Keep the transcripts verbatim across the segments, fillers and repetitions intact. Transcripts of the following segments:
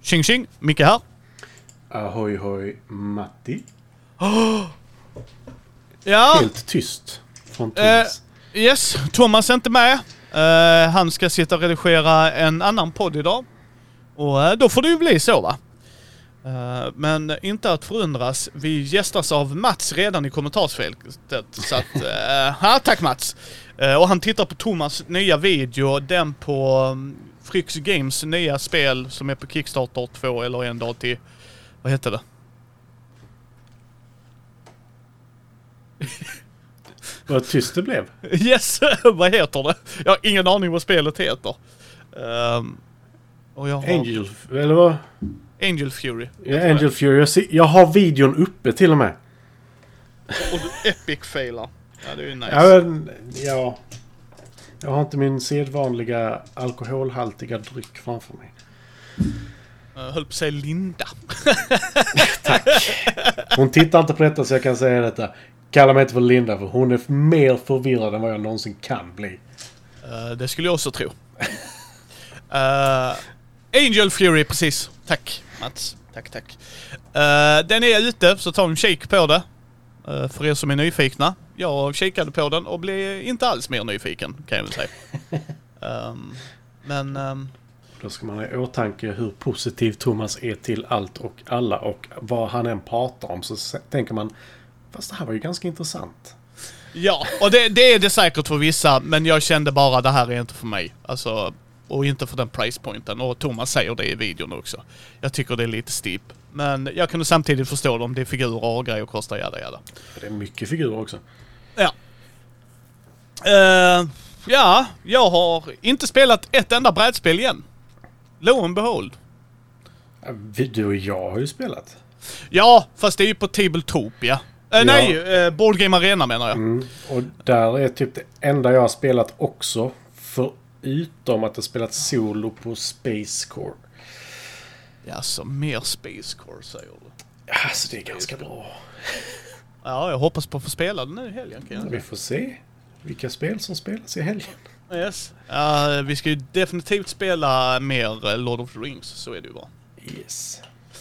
Tjing tjing, Micke här. Ahoy hoj, Matti. Oh. Ja. Helt tyst från Thomas. Uh, yes, Thomas är inte med. Uh, han ska sitta och redigera en annan podd idag. Och uh, då får det ju bli så, va? Uh, men inte att förundras. Vi gästas av Mats redan i kommentarsfältet. Så att, uh, ja, tack Mats. Uh, och han tittar på Thomas nya video. Den på um, Frix Games nya spel som är på Kickstarter två eller en dag till. Vad heter det? Vad tyst det blev. Yes, vad heter det? Jag har ingen aning vad spelet heter. Um, och jag har... Angel, eller vad? Angel Fury. Ja, Angel Fury. Jag, ser, jag har videon uppe till och med. Och du epic failar. Ja, det är ju nice. Ja, men, ja. Jag har inte min sedvanliga alkoholhaltiga dryck framför mig. Jag höll på att säga Linda. Tack. Hon tittar inte på detta så jag kan säga detta. Kalla mig inte för Linda för hon är mer förvirrad än vad jag någonsin kan bli. Uh, det skulle jag också tro. uh, Angel Fury, precis. Tack Mats. Tack, tack. Uh, den är ute, så ta en kik på det. Uh, för er som är nyfikna. Jag kikade på den och blev inte alls mer nyfiken, kan jag väl säga. um, men... Um, Då ska man ha i åtanke hur positiv Thomas är till allt och alla och vad han än pratar om, så tänker man, fast det här var ju ganska intressant. Ja, och det, det är det säkert för vissa, men jag kände bara det här är inte för mig. Alltså, och inte för den pricepointen. Och Thomas säger det i videon också. Jag tycker det är lite steep. Men jag kunde samtidigt förstå det om det är figurer och grejer och kostar jada jada. Det är mycket figurer också. Ja. Uh, ja, jag har inte spelat ett enda brädspel igen. Lo and behold. Du och jag har ju spelat. Ja, fast det är ju på Tabletopia. Uh, ja. Nej, uh, Board Game Arena menar jag. Mm. Och där är typ det enda jag har spelat också. Förutom att jag spelat solo på Space Core. Ja, så mer Space Core säger du. Alltså det är ganska bra. Ja, jag hoppas på att få spela det nu i helgen. Kan jag Vi får se vilka spel som spelas i helgen. Yes. Uh, vi ska ju definitivt spela mer Lord of the Rings, så är det ju bra. Yes.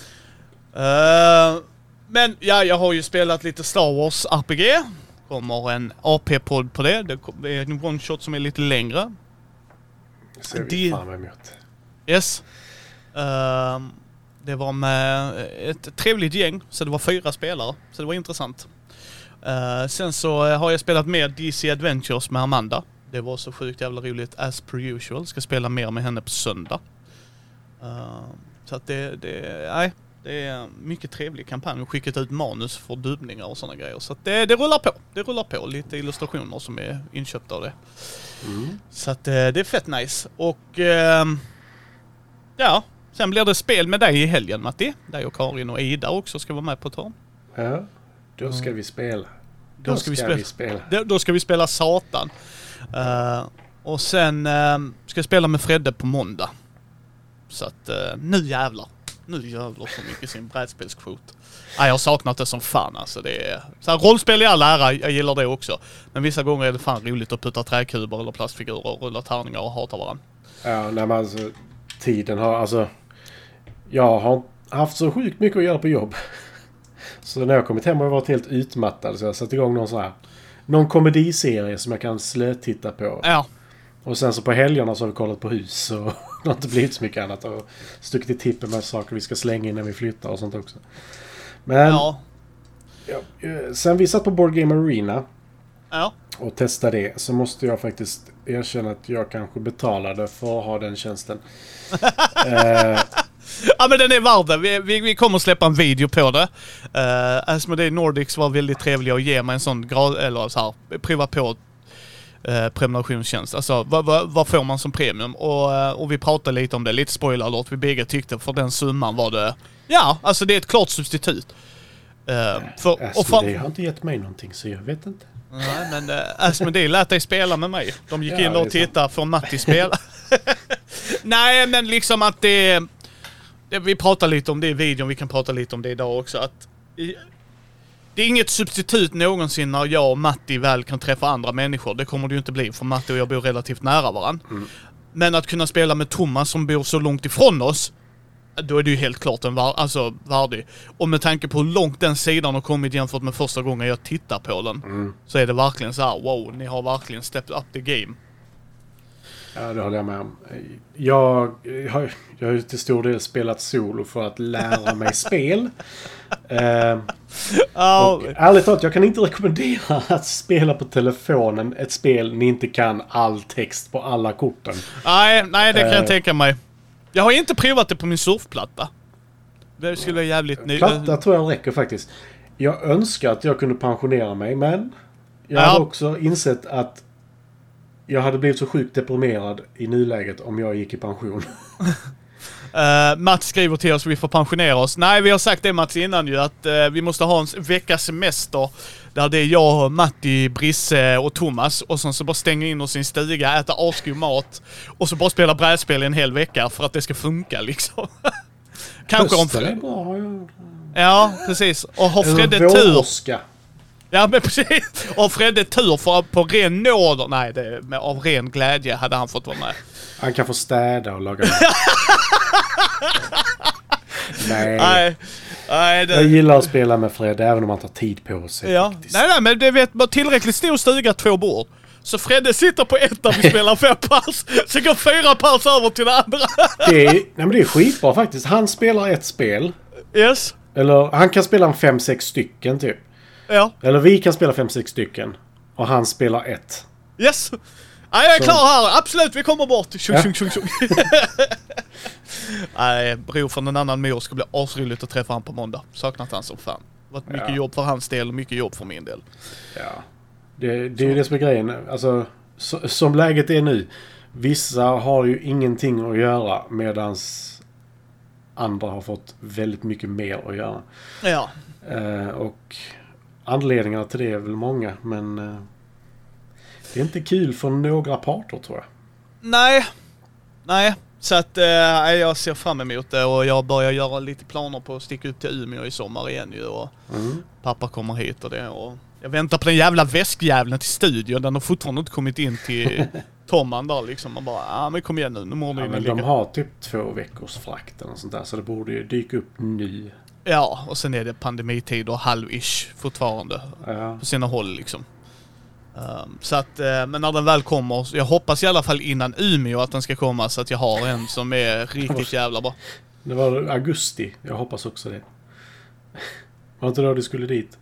Uh, men ja, jag har ju spelat lite Star Wars R P G. Kommer en A P-podd på det. Det är en one-shot som är lite längre. Det ser vi det... fan emot. Yes. Uh, det var med ett trevligt gäng, så det var fyra spelare. Så det var intressant. Uh, sen så har jag spelat mer D C Adventures med Amanda. Det var så sjukt jävla roligt as per usual. Ska spela mer med henne på söndag. Uh, så att det, det, nej, det är mycket trevlig kampanj. Och skickat ut manus för dubbningar och sådana grejer. Så att det, det rullar på. Det rullar på. Lite illustrationer som är inköpta av det. Mm. Så att det är fett nice. Och uh, ja, sen blir det spel med dig i helgen, Matti. Dig och Karin och Ida också ska vara med på ett hörn. Ja, då ska vi spela. Då, då ska, vi, ska spela. vi spela. Då, då ska vi spela Satan. Uh, och sen uh, ska jag spela med Fredde på måndag. Så att uh, nu jävlar. Nu jävlar så mycket sin brädspelskvot. Ah, jag har saknat det som fan alltså. Det är, så här, rollspel i all ära, jag gillar det också. Men vissa gånger är det fan roligt att putta träkuber eller plastfigurer och rulla tärningar och hata varandra. Ja, nej men alltså tiden har, alltså jag har haft så sjukt mycket att göra på jobb. Så när jag kommit hem har jag varit helt utmattad, så jag satt igång någon sån här någon komediserie som jag kan slötitta på. Ja. Och sen så på helgerna så har vi kollat på hus och det har inte blivit så mycket annat. Och stuckit i tippen med saker vi ska slänga in när vi flyttar och sånt också. Men ja. Ja, sen vi satt på Board Game Arena ja. och testade det, så måste jag faktiskt erkänna att jag kanske betalade för att ha den tjänsten. eh, Ja, men den är värd det. Vi, vi, vi kommer att släppa en video på det. Uh, Asmodee Nordics var väldigt trevliga att ge mig en sån grad, eller så här, prova på uh, prenumerationstjänst. Alltså, vad, vad, vad får man som premium? Och, uh, och vi pratade lite om det. Lite spoiler alert. Vi bägge tyckte för den summan var det... Ja, alltså det är ett klart substitut. Uh, för, Asmodee har inte gett mig någonting, så jag vet inte. Nej, men uh, Asmodee lät dig spela med mig. De gick ja, in och tittade för Matti spela. Nej, men liksom att det... Vi pratar lite om det i videon, vi kan prata lite om det idag också. Att det är inget substitut någonsin när jag och Matti väl kan träffa andra människor. Det kommer det ju inte bli, för Matti och jag bor relativt nära varandra. Mm. Men att kunna spela med Thomas som bor så långt ifrån oss, då är det ju helt klart en var, alltså, värdig. Och med tanke på hur långt den sidan har kommit jämfört med första gången jag tittar på den, mm. så är det verkligen så här: wow, ni har verkligen stepped up the game. Ja, det håller jag med om. Jag, jag, har, jag har ju till stor del spelat solo för att lära mig spel. Eh, oh. Och ärligt talat, jag kan inte rekommendera att spela på telefonen ett spel ni inte kan all text på alla korten. Nej, nej det kan eh, jag tänka mig. Jag har inte provat det på min surfplatta. Det skulle vara jävligt ny. Platta tror jag räcker faktiskt. Jag önskar att jag kunde pensionera mig, men jag ja. har också insett att jag hade blivit så sjukt deprimerad i nuläget om jag gick i pension. Uh, Mats skriver till oss, vi får pensionera oss. Nej, vi har sagt det Mats innan ju, att uh, vi måste ha en veckas semester där det är jag, Matti, Brisse och Thomas, och sen så bara stänga in oss i en stuga, äta asgod mat och så bara spela brädspel en hel vecka för att det ska funka liksom. Kanske om Fred... Ja, precis. Och har Fredde tur. Ja, men precis. Och Fredde tur för på ren nåd. Nej, det, med, av ren glädje hade han fått vara med. Han kan få städa och laga mat. Nej. Nej. Nej det... Jag gillar att spela med Fredde även om han tar tid på sig. Ja. Nej, nej, men det vet man, tillräckligt stor stuga, två bord. Så Fredde sitter på ett där vi spelar fem pers. Så går fyra pers över till det andra. Det är, nej, men det är skitbra faktiskt. Han spelar ett spel. Yes. Eller han kan spela en fem, sex stycken typ. Ja. Eller vi kan spela fem, sex stycken. Och han spelar ett. Yes. Ja, jag är så. Klar här. Absolut, vi kommer bort. Tjung, ja. tjung, tjung, tjung. Nej, bror från en annan mor ska bli asroligt att träffa han på måndag. Saknat han som fan. Det har varit mycket ja. jobb för hans del och mycket jobb för min del. Ja. Det, det är ju det som är grejen. Alltså, så, som läget är nu. Vissa har ju ingenting att göra medans andra har fått väldigt mycket mer att göra. Ja. Eh, och anledningarna till det är väl många, men eh, det är inte kul för några parter tror jag. Nej. Nej. Så att eh, jag ser fram emot det och jag börjar göra lite planer på att sticka upp till Umeå i sommar igen ju, och mm. pappa kommer hit och det, och jag väntar på den jävla väskjävlen till studion. Den har fortfarande inte kommit in till Tomman där liksom. Man bara, ja ah, men kom igen nu. Nu må ja, men de har typ två veckors frakt eller sånt där. Så det borde ju dyka upp nu. Ja, och sen är det pandemitid och halv-ish fortfarande. Ja. På sina håll liksom. Um, så att, uh, men när den väl kommer, jag hoppas i alla fall innan Umeå att den ska komma så att jag har en som är riktigt jävla bra. Det var augusti. Jag hoppas också det. Var inte då du skulle dit?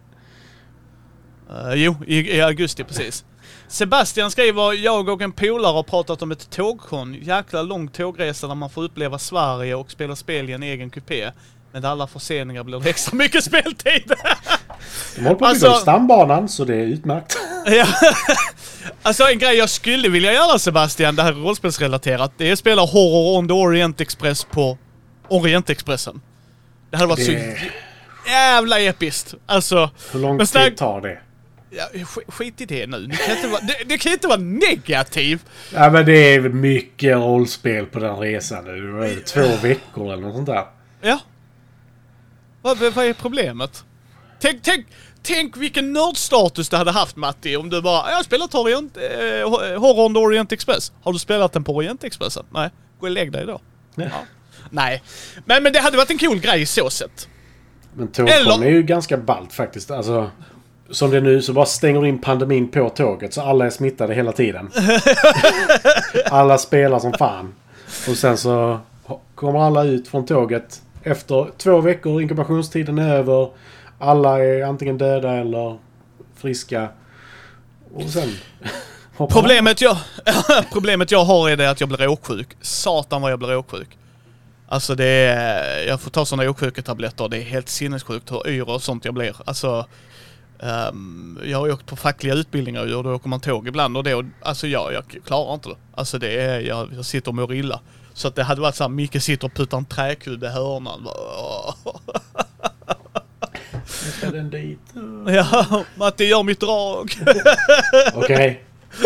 Uh, jo, i, i augusti precis. Sebastian skriver, jag och en polare har pratat om ett tågkon. Jäkla lång tågresa där man får uppleva Sverige och spela spel i en egen kupé. Men alla förseningar blir det extra mycket speltid. De håller på att bygga stambanan, så det är utmärkt. Ja. Alltså en grej jag skulle vilja göra, Sebastian, det här är rollspelsrelaterat, det är att spela Horror on the Orient Express på Orientexpressen. Det hade varit det... så jävla episkt. Alltså, hur lång tid snack... tar det? Ja, skit i det nu. Det kan inte vara, det, det kan inte vara negativ. Ja, men det är mycket rollspel på den resan. Det var två veckor eller något sånt där. Ja. Vad, vad är problemet? Tänk, tänk, tänk vilken nördstatus du hade haft, Matti, om du bara, jag har spelat Orient, eh, Horror on the Orient Express. Har du spelat den på Orientexpressen? Nej, gå och lägg dig då. Ja. Ja. Nej, men, men det hade varit en cool grej så sett. Men tågkon Eller... är ju ganska ballt faktiskt. Alltså, som det är nu så bara stänger in pandemin på tåget så alla är smittade hela tiden. Alla spelar som fan. Och sen så kommer alla ut från tåget. Efter två veckor, inkubationstiden är över. Alla är antingen döda eller friska. Och sen... Problemet jag, problemet jag har är det att jag blir åksjuk. Satan vad jag blir åksjuk. Alltså det är... Jag får ta sådana åksjuketabletter. Det är helt sinnessjukt hur yr och sånt jag blir. Alltså... Um, jag har åkt på fackliga utbildningar och då åker man tåg ibland. Och det, och, alltså jag, jag klarar inte det. Alltså det är... Jag, jag sitter och mår illa. Så att det hade varit så här, Micke sitter och puttar en träkub i hörnan. Jag ska den dit. Ja, Matti gör mitt drag. Okej.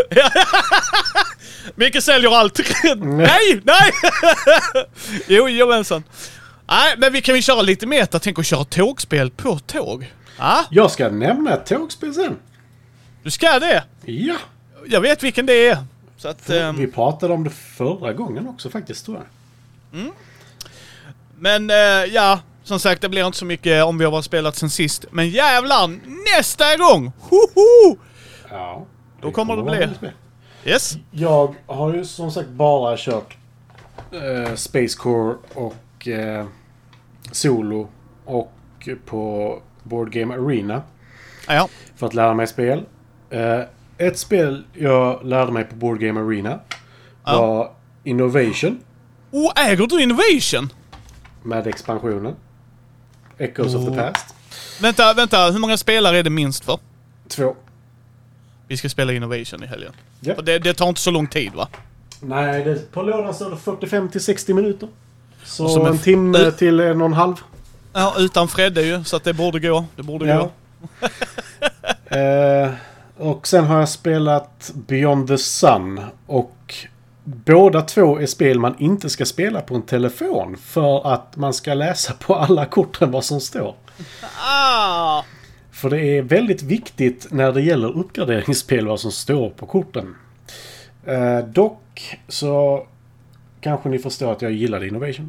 Micke säljer allt. Nej, nej. Jo, jomensan. Nej, men vi kan ju köra lite meta. Tänk att köra tågspel på tåg. Ah? Jag ska nämna ett tågspel sen. Du ska det? Ja. Jag vet vilken det är. Så att, um... vi pratade om det förra gången också faktiskt, tror jag. Mm. Men eh, ja, som sagt, det blir inte så mycket om vi har varit spelat sen sist. Men jävlar, nästa gång! Hoho! Ja. Då kommer det bli. Yes. Jag har ju som sagt bara kört eh, Space Core och eh, Solo och på Board Game Arena. Ja. För att lära mig spel. Eh, ett spel jag lärde mig på Board Game Arena ja. var Innovation. Oh, äger du Innovation? Med expansionen. Echoes oh. of the Past. Vänta, vänta. Hur många spelare är det minst för? Två. Vi ska spela Innovation i helgen. Ja. Och det, det tar inte så lång tid, va? Nej, det, på lördagen så är det fyrtiofem till sextio minuter. Så, så en timme uh, till en och en halv. Ja, utan Fredde ju. Så att det borde gå. Det borde ja. gå. eh, och sen har jag spelat Beyond the Sun. Och båda två är spel man inte ska spela på en telefon. För att man ska läsa på alla korten vad som står. Ah! För det är väldigt viktigt när det gäller uppgraderingsspel vad som står på korten. Eh, dock så kanske ni förstår att jag gillade Innovation.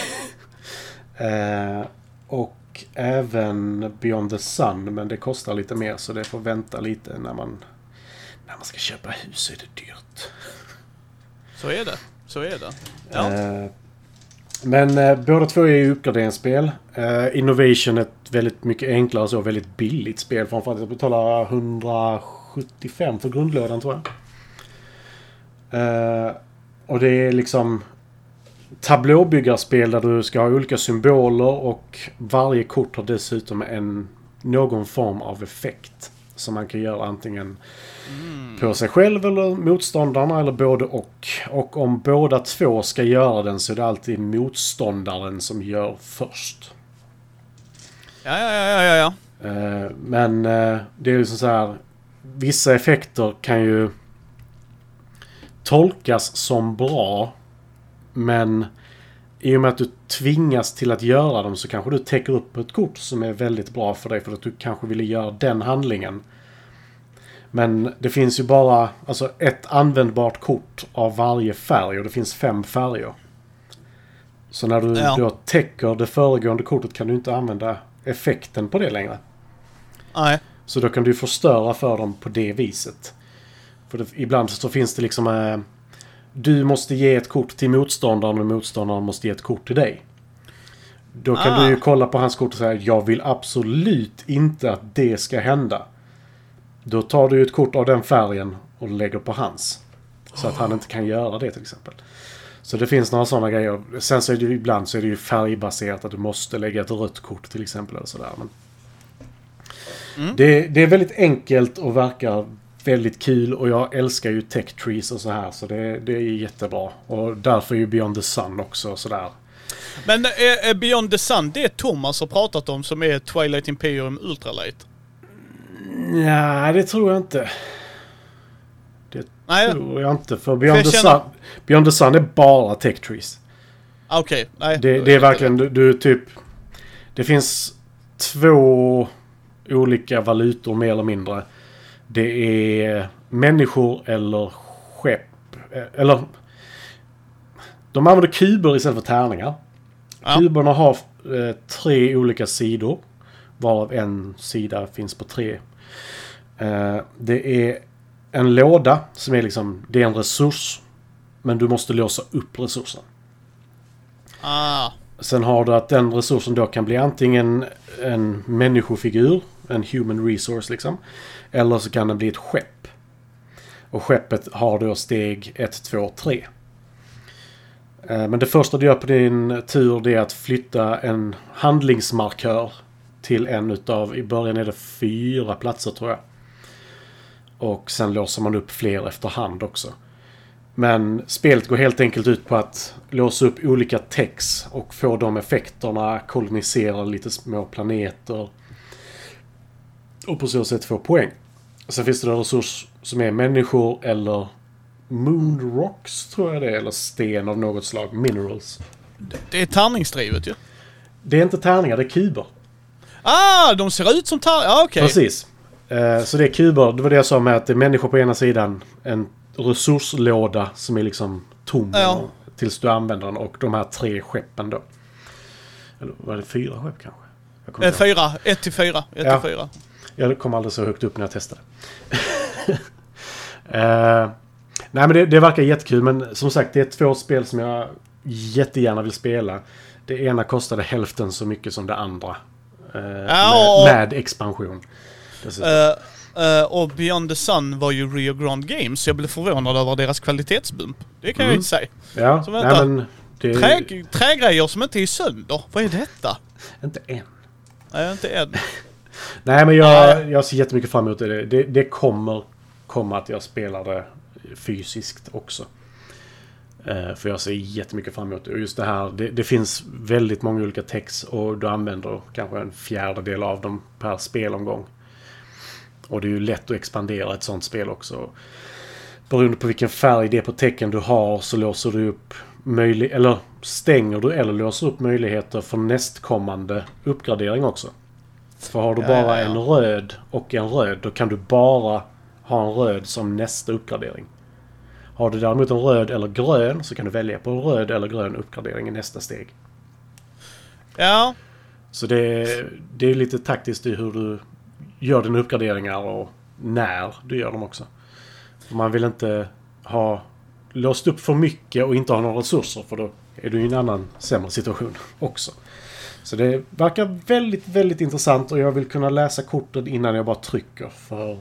eh, och även Beyond the Sun, men det kostar lite mer så det får vänta lite när man när man ska köpa hus så är det dyrt. Så är det. Så är det. Ja. Eh, men eh, båda två är ju uppgraderingsspel. Eh, Innovation är ett väldigt mycket enklare så väldigt billigt spel. Framförallt jag betalar hundrasjuttiofem för grundlådan tror jag. Uh, och det är liksom tablåbyggarspel där du ska ha olika symboler och varje kort har dessutom en någon form av effekt som man kan göra antingen mm. på sig själv eller motståndarna eller både och. Och om båda två ska göra den så är det alltid motståndaren som gör först. Ja, ja, ja, ja, ja. Uh, men uh, det är ju så här, vissa effekter kan ju tolkas som bra, men i och med att du tvingas till att göra dem så kanske du täcker upp ett kort som är väldigt bra för dig för att du kanske ville göra den handlingen. Men det finns ju bara alltså ett användbart kort av varje färg och det finns fem färger. Så när du ja. då täcker det föregående kortet kan du inte använda effekten på det längre. Nej. Så då kan du förstöra för dem på det viset. För det, ibland så finns det liksom eh, du måste ge ett kort till motståndaren och motståndaren måste ge ett kort till dig. Då kan ah. du ju kolla på hans kort och säga jag vill absolut inte att det ska hända. Då tar du ett kort av den färgen och lägger på hans. Så att han inte kan göra det till exempel. Så det finns några sådana grejer. Sen så är det ju ibland så är det ju färgbaserat att du måste lägga ett rött kort till exempel eller sådär. Men mm. det, det är väldigt enkelt och verkar väldigt kul och jag älskar ju tech trees och så här så det, det är jättebra. Och därför är ju Beyond the Sun också sådär. Men är, är Beyond the Sun det Thomas har pratat om som är Twilight Imperium Ultralight? Nej, det tror jag inte. Det nej, tror jag inte. För Beyond, för the, känner... Sun, Beyond the Sun är bara tech trees. Okej, okay, nej. Det, det är verkligen, du, du typ... Det finns två olika valutor mer eller mindre. Det är människor eller skepp. Eller... De använder kuber istället för tärningar. Ja. Kuberna har eh, tre olika sidor. Varav en sida finns på tre. Eh, det är en låda som är liksom... Det är en resurs. Men du måste låsa upp resursen. Ah. Sen har du att den resursen då kan bli antingen en människofigur. En human resource liksom. Eller så kan den bli ett skepp. Och skeppet har då steg ett, två, tre. Men det första du gör på din tur det är att flytta en handlingsmarkör till en utav, i början är det fyra platser tror jag. Och sen låser man upp fler efterhand också. Men spelet går helt enkelt ut på att låsa upp olika text och få de effekterna, kolonisera lite små planeter och på så sätt få poäng. Sen finns det en resurs som är människor eller moon rocks tror jag det är, eller sten av något slag, minerals. Det är tärningsdrivet ju. Det är inte tärningar, det är kuber. Ah, de ser ut som tärningar, ah, okej. Okay. Precis. Uh, så det är kuber, det var det jag sa med att det är människor på ena sidan, en resurslåda som är liksom tom ja. tills du använder den och de här tre skeppen då. Eller var det fyra skepp kanske? Jag kommer eh, fyra. Ett till fyra. Ett ja. till fyra. Jag kom aldrig så högt upp när jag testade. uh, nej men det, det verkar jättekul. Men som sagt, det är två spel som jag jättegärna vill spela. Det ena kostade hälften så mycket som det andra. Uh, ja, med, med expansion. Uh, uh, och Beyond the Sun var ju Rio Grande Games. Så jag blev förvånad över deras kvalitetsbump. Det kan mm. jag inte säga. Ja, så vänta. Nej, men det... Trä, trägrejer som inte är sönder. Vad är detta? Inte än. Nej, inte än. Nej, men jag, jag ser jättemycket fram emot det. Det, det kommer komma att jag spelar det fysiskt också. Uh, för jag ser jättemycket fram emot det. Och just det här, det, det finns väldigt många olika text och du använder kanske en fjärdedel av dem per spelomgång. Och det är ju lätt att expandera ett sånt spel också. Beroende på vilken färg det är på tecken du har så låser du upp möjlig- eller stänger du eller låser upp möjligheter för nästkommande uppgradering också. För har du bara ja, ja, ja. en röd och en röd, då kan du bara ha en röd som nästa uppgradering. Har du däremot en röd eller grön så kan du välja på en röd eller grön uppgradering i nästa steg. Ja. Så det, det är lite taktiskt i hur du gör dina uppgraderingar och när du gör dem också. Man vill inte ha låst upp för mycket och inte ha några resurser, för då är du i en annan sämre situation också. Så det verkar väldigt, väldigt intressant och jag vill kunna läsa korten innan jag bara trycker. För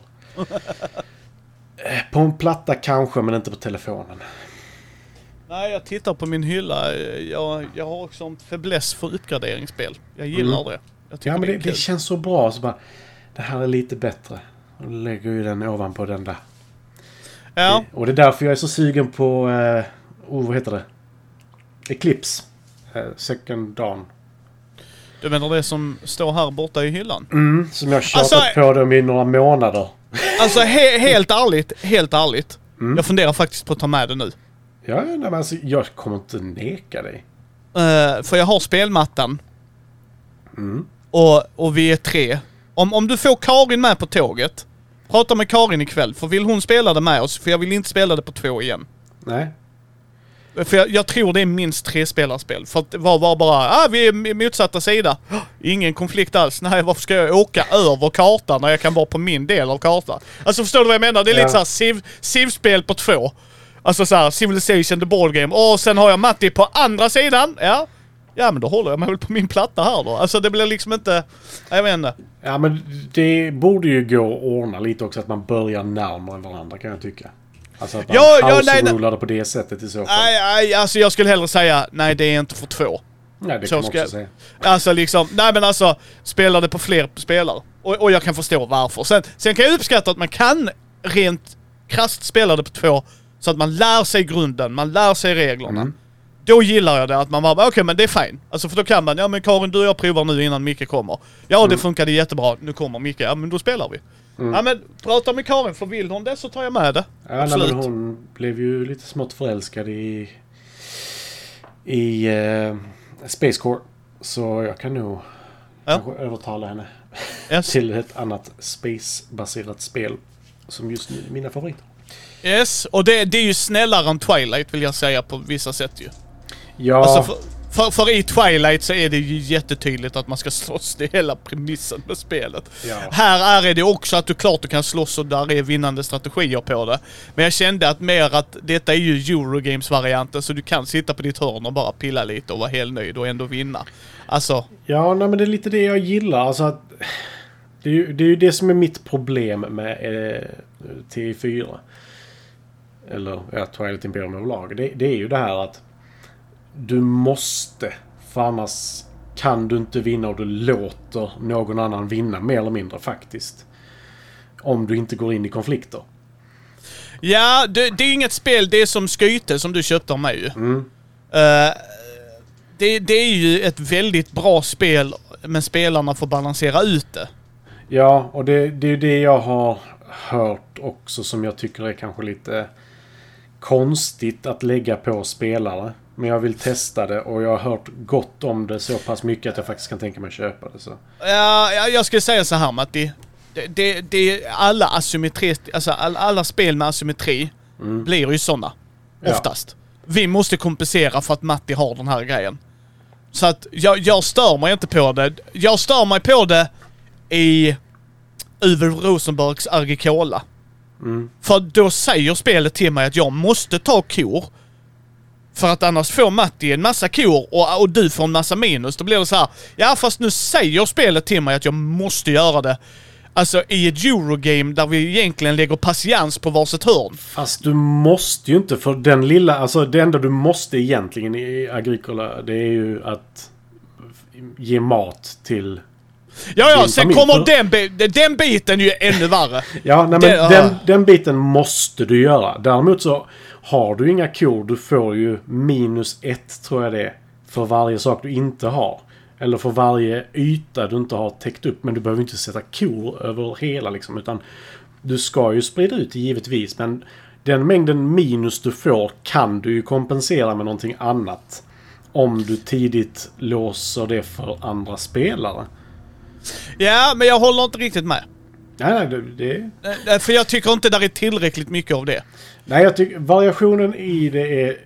på en platta kanske, men inte på telefonen. Nej, jag tittar på min hylla. Jag, jag har också en fäbless för uppgraderingsspel. Jag gillar mm. det. Jag ja, men det, det, det känns så bra. Så bara, det här är lite bättre. Och lägger ju den ovanpå den där. Ja. Det, och det är därför jag är så sugen på... Eh, oh, vad heter det? Eclipse. Eh, Second Dawn. Du menar det som står här borta i hyllan? Mm, som jag har tjatat alltså, på dem i några månader. Alltså he- helt ärligt, helt ärligt. Mm. Jag funderar faktiskt på att ta med det nu. Ja, nej, men alltså, jag kommer inte neka dig. Uh, för jag har spelmattan. Mm. Och, och vi är tre. Om, om du får Karin med på tåget, prata med Karin ikväll. För vill hon spela det med oss? För jag vill inte spela det på två igen. Nej. För jag, jag tror det är minst tre spelarspel. För att det var, var bara, ah, vi är motsatta sida. Ingen konflikt alls. Nej, varför ska jag åka över kartan när jag kan vara på min del av kartan? Alltså förstår du vad jag menar? Det är ja. lite såhär Civ, Civ-spel på två. Alltså såhär Civilization the Board Game. Och sen har jag Matti på andra sidan. Ja. Ja, men då håller jag mig väl på min platta här då. Alltså det blir liksom inte... Jag vet inte. Ja, men det borde ju gå att ordna lite också att man börjar närmare varandra, kan jag tycka. Alltså att man ja, ja, nej, nej. på det sättet i så fall. Nej, nej, alltså jag skulle hellre säga nej, det är inte för två. Nej, det så kan man ska, också säga. Alltså liksom, nej men alltså spelar det på fler spelare. Och, och jag kan förstå varför. Sen, sen kan jag uppskatta att man kan rent krasst spela det på två så att man lär sig grunden, man lär sig reglerna. Mm. Då gillar jag det, att man bara, okej okay, men det är fine. Alltså för då kan man, ja men Karin, du och jag provar nu innan Micke kommer. Ja, mm. det funkade jättebra, nu kommer Micke, ja men då spelar vi. Mm. Ja men prata med Karin, för vill hon det så tar jag med det. Ja, nej, men hon blev ju lite smått förälskad i i uh, Space Core. Så jag kan nog ja. kanske övertala henne yes. till ett annat space-baserat spel som just nu är mina favoriter. Yes, och det, det är ju snällare än Twilight vill jag säga på vissa sätt ju. Ja. Alltså för, för, för i Twilight så är det ju jättetydligt att man ska slåss, det är hela premissen med spelet. Ja. Här är det också att du klart du kan slåss och där är vinnande strategier på det. Men jag kände att mer att detta är ju Eurogames-varianten så du kan sitta på ditt hörn och bara pilla lite och vara helt nöjd och ändå vinna. Alltså... Ja, nej, men det är lite det jag gillar. Alltså att det är ju det, är ju det som är mitt problem med eh, T fyra. Eller ja, Twilight Imperium överlag. Det, det är ju det här att du måste, för annars kan du inte vinna och du låter någon annan vinna mer eller mindre faktiskt. Om du inte går in i konflikter. Ja, det, det är inget spel, det är som Skyte som du köpte av mig ju. Mm. Uh, det, det är ju ett väldigt bra spel, men spelarna får balansera ut det. Ja, och det, det är ju det jag har hört också som jag tycker är kanske lite konstigt att lägga på spelare. Men jag vill testa det och jag har hört gott om det så pass mycket att jag faktiskt kan tänka mig att köpa det. Så. Ja, jag skulle säga så här Matti. Det, det, det, alla asymmetri, alltså alla, alla spel med asymmetri mm. blir ju sådana. Oftast. Ja. Vi måste kompensera för att Matti har den här grejen. Så att jag, jag stör mig inte på det. Jag stör mig på det i Uwe Rosenbergs Agricola. Mm. För då säger spelet till mig att jag måste ta kor. För att annars får Matti en massa kor och, och du får en massa minus. Då blir det så här, ja fast nu säger spelet till mig att jag måste göra det. Alltså i ett Eurogame där vi egentligen lägger patiens på varsitt hörn. Fast du måste ju inte, för den lilla, alltså det enda du måste egentligen i Agricola, det är ju att ge mat till Ja, ja, din sen familj. kommer den, den biten ju ännu värre. Ja, nej, men Det- den, ja. den biten måste du göra. Däremot så har du inga kor, du får ju minus ett, tror jag det är, för varje sak du inte har. Eller för varje yta du inte har täckt upp. Men du behöver inte sätta kor över hela liksom, utan du ska ju sprida ut det givetvis. Men den mängden minus du får kan du ju kompensera med någonting annat. Om du tidigt låser det för andra spelare. Ja, men jag håller inte riktigt med. Nej, nej, det... det... Eh, För jag tycker inte där är tillräckligt mycket av det. Nej, jag tycker variationen i det är...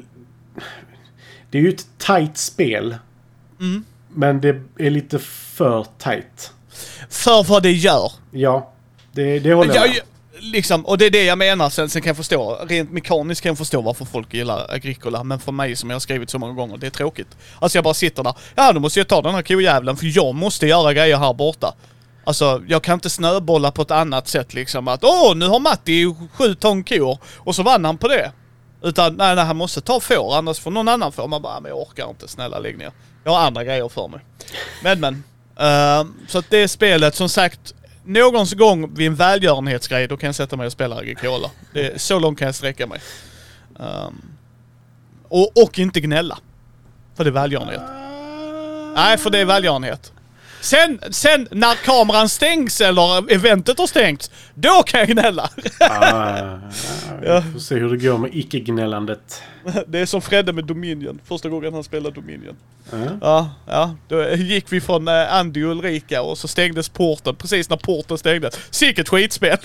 Det är ju ett tight spel. Mm. Men det är lite för tight. För vad det gör. Ja, det, det håller jag Jag, med. liksom, och det är det jag menar. Sen, sen kan jag förstå, rent mekaniskt kan jag förstå varför folk gillar Agricola. Men för mig, som jag har skrivit så många gånger, det är tråkigt. Alltså jag bara sitter där. Ja, då måste jag ta den här kojävlen för jag måste göra grejer här borta. Alltså, jag kan inte snöbolla på ett annat sätt liksom. Att åh, nu har Matti sju ton kor och så vann han på det. Utan nej, nej, han måste ta får, annars får någon annan får. Man bara, men jag orkar inte, snälla lägg ner. Jag har andra grejer för mig. Men men. Uh, så att det spelet, som sagt, någon gång vid en välgörenhetsgrej, då kan jag sätta mig och spela Agricola. Det, så långt kan jag sträcka mig. Um, och, och inte gnälla. För det är välgörenhet. Nej, för det är välgörenhet. Sen, sen när kameran stängs eller eventet har stängts, då kan jag gnälla. Ah, ja, vi får se hur det går med icke-gnällandet. Det är som Fredde med Dominion. Första gången han spelade Dominion. Mm. Ja, ja. Då gick vi från eh, Andy och Ulrika och så stängdes porten. Precis när porten stängdes. Sicket skitspel.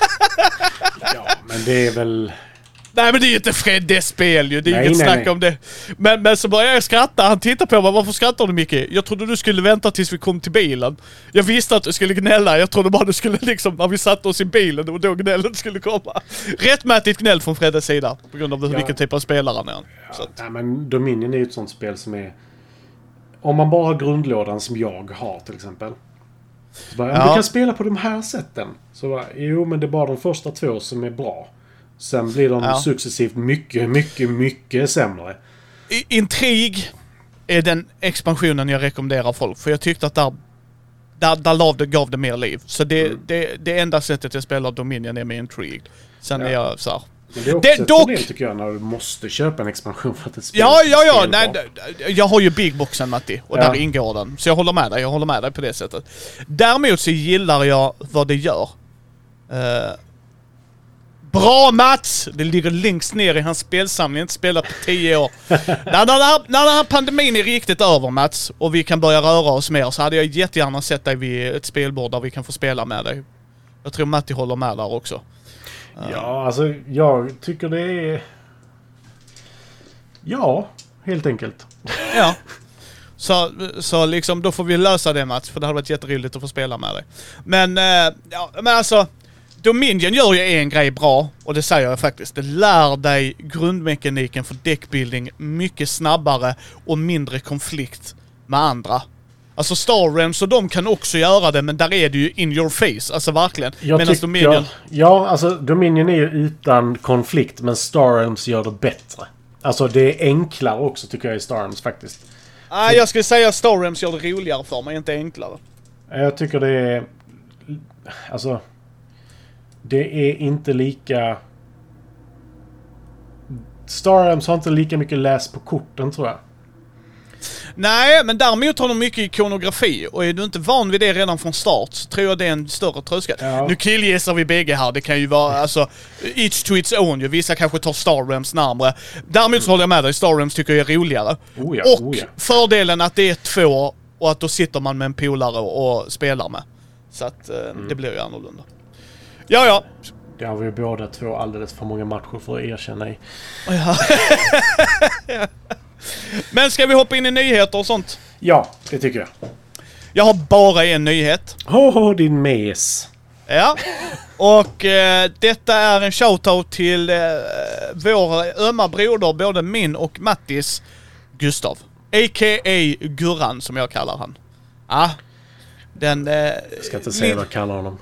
Ja, men det är väl... Nej, men det är ju inte Freddes spel ju. Det är Nej, inget nej, snack nej. om det. Men, men så började jag skratta. Han tittar på mig. Varför skrattar du, Micke? Jag trodde du skulle vänta tills vi kom till bilen. Jag visste att du skulle gnälla. Jag trodde bara du skulle liksom, när vi satte oss i bilen, det var då gnället skulle komma. Rättmätigt gnäll från Freddes sida. På grund av Ja. vilken typ av spelare han är. Så Ja, att, nej, men Dominion är ju ett sånt spel som är... Om man bara har grundlådan som jag har till exempel. Så bara, Ja. Du kan spela på de här sätten. Så bara, jo, men det är bara de första två som är bra. Sen blir de Ja. successivt mycket, mycket, mycket sämre. I- Intrig är den expansionen jag rekommenderar folk. För jag tyckte att där, där, där lav det, gav det mer liv. Så det, Mm. det, det enda sättet jag spelar Dominion är med Intrigue. Sen Ja. är jag så här. Men det är också Det- ett dock- problem tycker jag när du måste köpa en expansion för att ett spel Ja, ja, ja. spel Nej, bra. d- jag har ju Big Boxen, Matti. Och Ja. där ingår den. Så jag håller med dig. Jag håller med dig på det sättet. Däremot så gillar jag vad det gör. Eh, bra Mats! Det ligger längst ner i hans spelsamling. Inte spelat på tio år. när, när, när, när den här pandemin är riktigt över, Mats, och vi kan börja röra oss mer, så hade jag jättegärna sett dig vid ett spelbord där vi kan få spela med dig. Jag tror Matti håller med där också. Ja, alltså jag tycker det är... Ja, helt enkelt. Ja. Så, så liksom, då får vi lösa det, Mats, för det hade varit jätteroligt att få spela med dig. Men, eh, ja, men alltså, Dominion gör ju en grej bra, och det säger jag faktiskt. Det lär dig grundmekaniken för deckbuilding mycket snabbare och mindre konflikt med andra. Alltså Star Realms och de kan också göra det, men där är det ju in your face, alltså verkligen. Jag Medan tycker, Dominion... Ja, alltså Dominion är ju utan konflikt, men Star Realms gör det bättre. Alltså det är enklare också tycker jag i Star Realms faktiskt. Nej, jag skulle säga att Star Realms gör det roligare för mig, inte enklare. Jag tycker det är... Alltså... Det är inte lika... Star Realms har inte lika mycket läs på korten tror jag. Nej, men däremot har de mycket ikonografi. Och är du inte van vid det redan från start, så tror jag det är en större tröskel. Ja. Nu killgissar vi bägge här. Det kan ju vara, alltså, each to its own ju. Vissa kanske tar Star Realms närmare. Däremot så håller jag med dig. Star Realms tycker jag är roligare. Oh ja, och oh ja. fördelen att det är två och att då sitter man med en polare och spelar med. Så att eh, Mm. det blir ju annorlunda. Ja, ja. Det har vi båda två alldeles för många matcher för att erkänna i. Ja. Men ska vi hoppa in i nyheter och sånt? Ja, det tycker jag. Jag har bara en nyhet. Åh, oh, din mes. Ja, och eh, detta är en shoutout till eh, vår ömma broder, både min och Mattis, Gustav. A K A Gurran, som jag kallar han. Ja, den... Eh, jag ska inte säga vad jag kallar honom.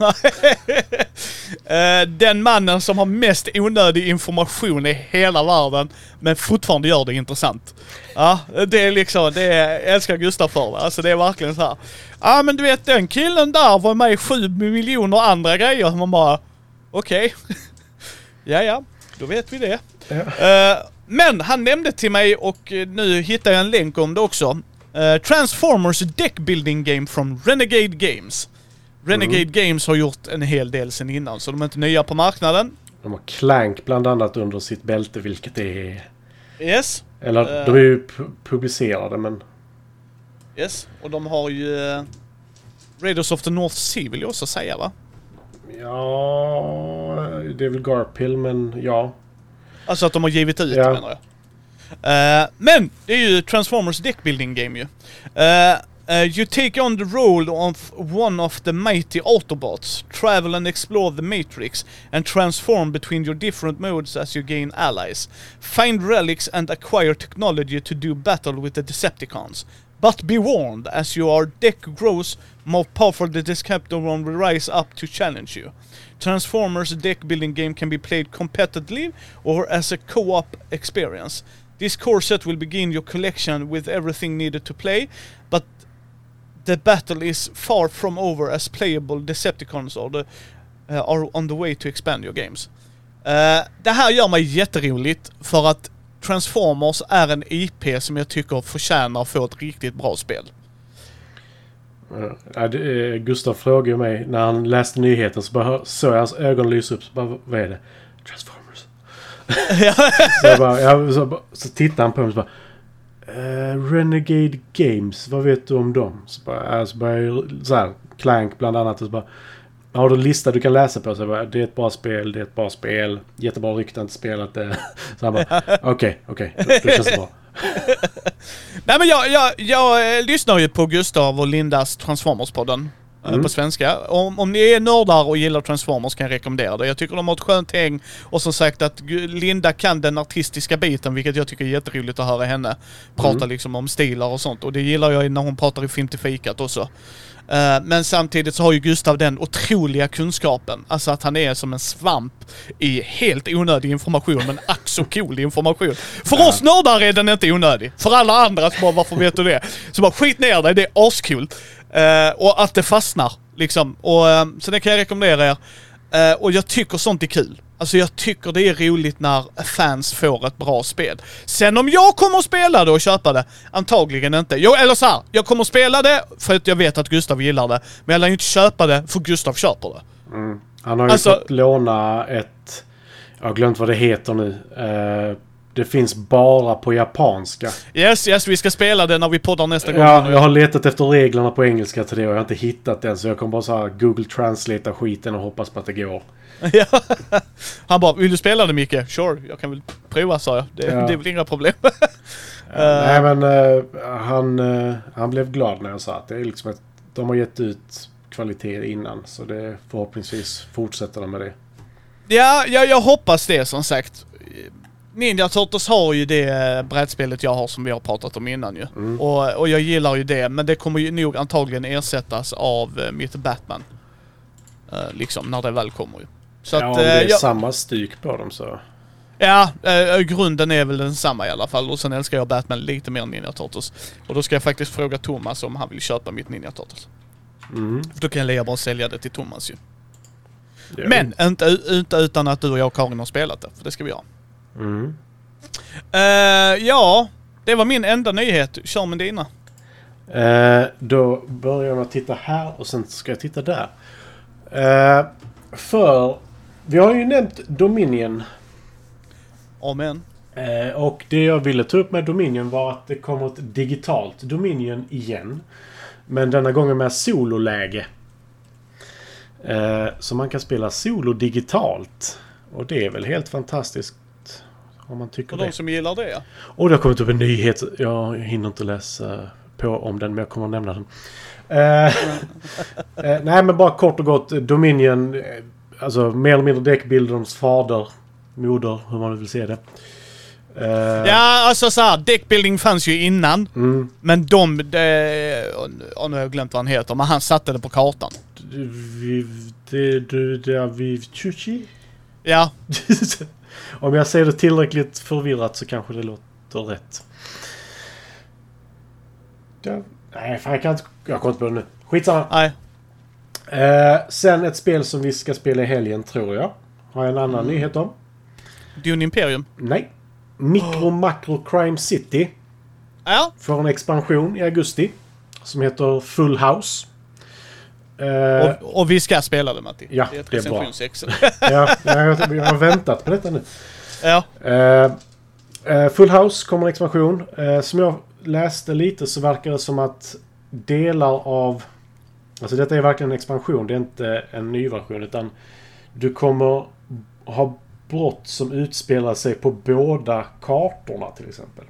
Den mannen som har mest onödig information i hela världen, men fortfarande gör det intressant. Ja, det är liksom, det är, jag älskar Gustav för det. Alltså det är verkligen så här. Ja, men du vet, den killen där var med i sju miljoner andra grejer. Man bara, okej. Okay. ja, ja, då vet vi det. Ja. Uh, men han nämnde till mig, och nu hittar jag en länk om det också. Uh, Transformers Deck Building Game from Renegade Games. Renegade mm. Games har gjort en hel del sen innan, så de är inte nya på marknaden. De har Clank bland annat under sitt bälte, vilket är... Yes. Eller, uh, de är ju pu- publicerade, men... Yes, och de har ju... Uh, Raiders of the North Sea vill jag också säga, va? Ja... Det är väl Garphill, men ja. Alltså att de har givit ut, ja. menar jag. Uh, men, det är ju Transformers Deck Building Game ju. Uh, Uh, you take on the role of one of the mighty Autobots, travel and explore the Matrix, and transform between your different modes as you gain allies. Find relics and acquire technology to do battle with the Decepticons. But be warned, as your deck grows, more powerful the Decepticon will rise up to challenge you. Transformers deck building game can be played competitively or as a co-op experience. This core set will begin your collection with everything needed to play, but the battle is far from over as playable Decepticons are, the, uh, are on the way to expand your games. Uh, det här gör mig jätteroligt, för att Transformers är en I P som jag tycker förtjänar att få ett riktigt bra spel. Ja, det, Gustav frågade mig när han läste nyheten, så bara såg hans ögon lysa upp, så bara, vad är det? Transformers. så, jag bara, jag, så, så tittade han på mig och så bara, Uh, Renegade Games, vad vet du om dem? Så bara, så bara så här, Clank bland annat, så bara, har du en lista du kan läsa på? Så bara, det är ett bra spel, det är ett bra spel, jättebra rykte, inte spelat det. Så han bara, okej, okej, det känns bra. Nej, men jag, jag, jag lyssnar ju på Gustav och Lindas Transformers-podden. Mm. På svenska. Om, om ni är nördar och gillar Transformers kan jag rekommendera det. Jag tycker de har ett skönt häng, och som sagt att Linda kan den artistiska biten, vilket jag tycker är jätteroligt att höra henne prata mm. liksom om stilar och sånt, och det gillar jag när hon pratar i Film till fikat också. Uh, men samtidigt så har ju Gustav den otroliga kunskapen, alltså att han är som en svamp i helt onödig information, men ack så cool information. För ja. oss nördar är den inte onödig. För alla andra så bara, varför vet du det? Så bara skit ner dig, det är askul. Uh, och att det fastnar liksom. Och, uh, så det kan jag rekommendera er. Uh, och jag tycker sånt är kul. Alltså jag tycker det är roligt när fans får ett bra spel. Sen om jag kommer att spela det och köpa det, antagligen inte. Jag, eller så här, jag kommer att spela det för att jag vet att Gustav gillar det. Men jag lär ju inte köpa det för Gustav köper det. Mm. Han har ju alltså, fått låna ett... Jag har glömt vad det heter nu. Uh, det finns bara på japanska. Yes, yes, vi ska spela det när vi poddar nästa gång. Ja, jag har letat efter reglerna på engelska till det och jag har inte hittat den. Så jag kommer bara så här Google Translate skiten och hoppas på att det går. Ja. Han bara, vill du spela det, Micke? Sure, jag kan väl prova, sa jag. Det, ja. det är väl inga problem. ja, nej, men uh, han, uh, han blev glad när jag sa att det är liksom att de har gett ut kvalitet innan. Så det förhoppningsvis fortsätter de med det. Ja, ja, jag hoppas det, som sagt. Ninja Turtles har ju det brädspelet jag har som vi har pratat om innan ju. Mm. Och, och jag gillar ju det, men det kommer ju nog antagligen ersättas av uh, mitt Batman. Uh, liksom, när det väl kommer ju. Så ja, att, om det är uh, jag, samma styck på dem så... Ja, uh, grunden är väl den samma i alla fall. Och sen älskar jag Batman lite mer än Ninja Turtles. Och då ska jag faktiskt fråga Thomas om han vill köpa mitt Ninja Turtles. Mm. För då kan jag lägga bara sälja det till Thomas ju. Jo. Men inte, inte utan att du och jag och Karin har spelat det. För det ska vi göra. Mm. Uh, ja, det var min enda nyhet. Kör med dina. Uh, då börjar jag med att titta här och sen ska jag titta där. Uh, för vi har ju nämnt Dominion. Amen. Uh, och det jag ville ta upp med Dominion var att det kommer ett digitalt Dominion igen. Men denna gången med sololäge. Uh, så man kan spela solo digitalt. Och det är väl helt fantastiskt. om man tycker Och det. de som gillar det. Och det har kommit upp en nyhet. Jag hinner inte läsa på om den, men jag kommer att nämna den. Uh, uh, nej, men bara kort och gott. Dominion, uh, alltså mer eller mindre deckbilderns fader, moder, hur man vill se det. Uh, ja, alltså så här, deckbuilding fanns ju innan. Mm. Men de, det, och nu har jag glömt vad han heter, men han satte det på kartan. Vi, det, det, det, vi, tjuchi? Ja. Om jag säger det tillräckligt förvirrat så kanske det låter rätt. Ja, nej, fan jag kan inte... Jag kommer inte på det nu. Skitsamma. Nej. Eh, sen ett spel som vi ska spela i helgen, tror jag. Har jag en annan mm. nyhet om? Dune Imperium? Nej. Micro oh. Macro Crime City. Ja. Får en expansion i augusti. Som heter Full House. Eh, och, och vi ska spela det, Matti. Ja, det är, ett det är bra. ja, jag, jag har väntat på detta nu. Ja. Eh, eh, Full House kommer en expansion. Eh, som jag läste lite så verkar det som att delar av... Alltså detta är verkligen en expansion. Det är inte en ny version, utan du kommer ha brott som utspelar sig på båda kartorna till exempel.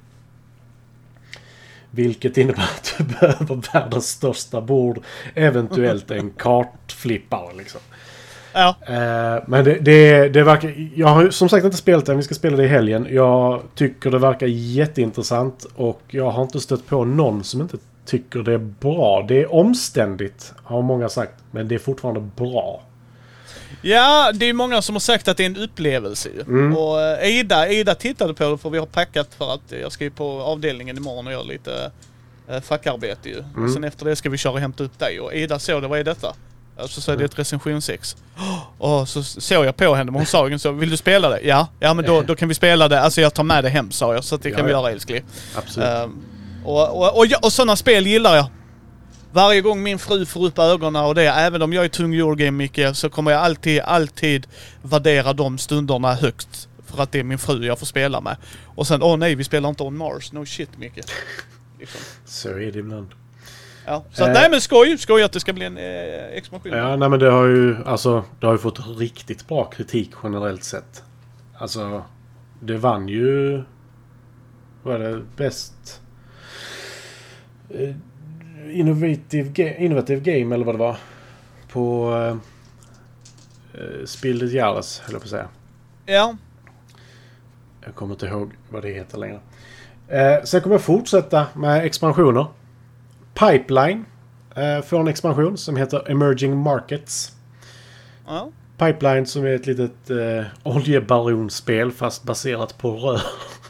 Vilket innebär att du behöver världens största bord. Eventuellt en kartflippare liksom. Ja. Uh, men det, det, det verkar... Jag har som sagt inte spelat det. Vi ska spela det i helgen. Jag tycker det verkar jätteintressant. Och jag har inte stött på någon som inte tycker det är bra. Det är omständigt, har många sagt. Men det är fortfarande bra. Ja, det är många som har sagt att det är en upplevelse. Mm. Och uh, Ida, Ida tittade på det, för vi har packat för att jag ska ju på avdelningen imorgon och göra lite uh, fackarbete ju. Mm. Och sen efter det ska vi köra och hämta upp dig. Och Ida såg det, vad är detta? Så sa det ett recensionsex. Och så såg jag på henne, men hon sa ju så, vill du spela det? Ja, ja men då, då kan vi spela det. Alltså jag tar med det hem, sa jag, så att det kan ja, vi göra, älskling. Absolut. Um, och, och, och, och sådana spel gillar jag. Varje gång min fru får upp ögonen och det, även om jag är tung Eurogame mycket, så kommer jag alltid, alltid värdera de stunderna högt. För att det är min fru jag får spela med. Och sen, åh oh, nej, vi spelar inte On Mars. No shit, mycket. Liksom. Så är det ibland. Ja, så eh, nej men skoj, skoj att det ska bli en eh, expansion. Ja, nej men det har ju, alltså, det har ju fått riktigt bra kritik generellt sett. Alltså, det vann ju, vad är det, bäst eh, innovative, ga- innovative game eller vad det var på eh, Spiel des Jahres, höll jag på att säga. Ja. Jag kommer inte ihåg vad det heter längre. Eh, sen kommer jag fortsätta med expansioner. Pipeline eh, får en expansion som heter Emerging Markets. Ja. Pipeline som är ett litet eh, oljebaronspel fast baserat på rör.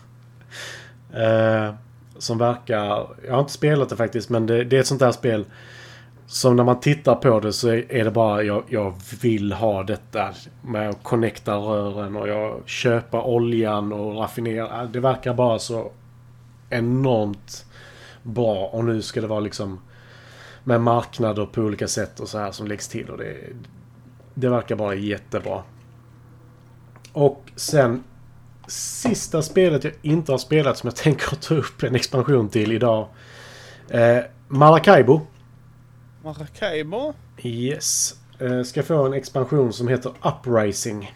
eh, som verkar... Jag har inte spelat det faktiskt, men det, det är ett sånt där spel som när man tittar på det så är, är det bara jag, jag vill ha detta med att connecta rören och jag köper oljan och raffinera. Det verkar bara så enormt bra, och nu ska det vara liksom med marknader på olika sätt och så här som läggs till, och det, det verkar bara jättebra. Och sen sista spelet jag inte har spelat som jag tänker ta upp en expansion till idag, eh, Maracaibo. Maracaibo? Yes. Eh, ska få en expansion som heter Uprising.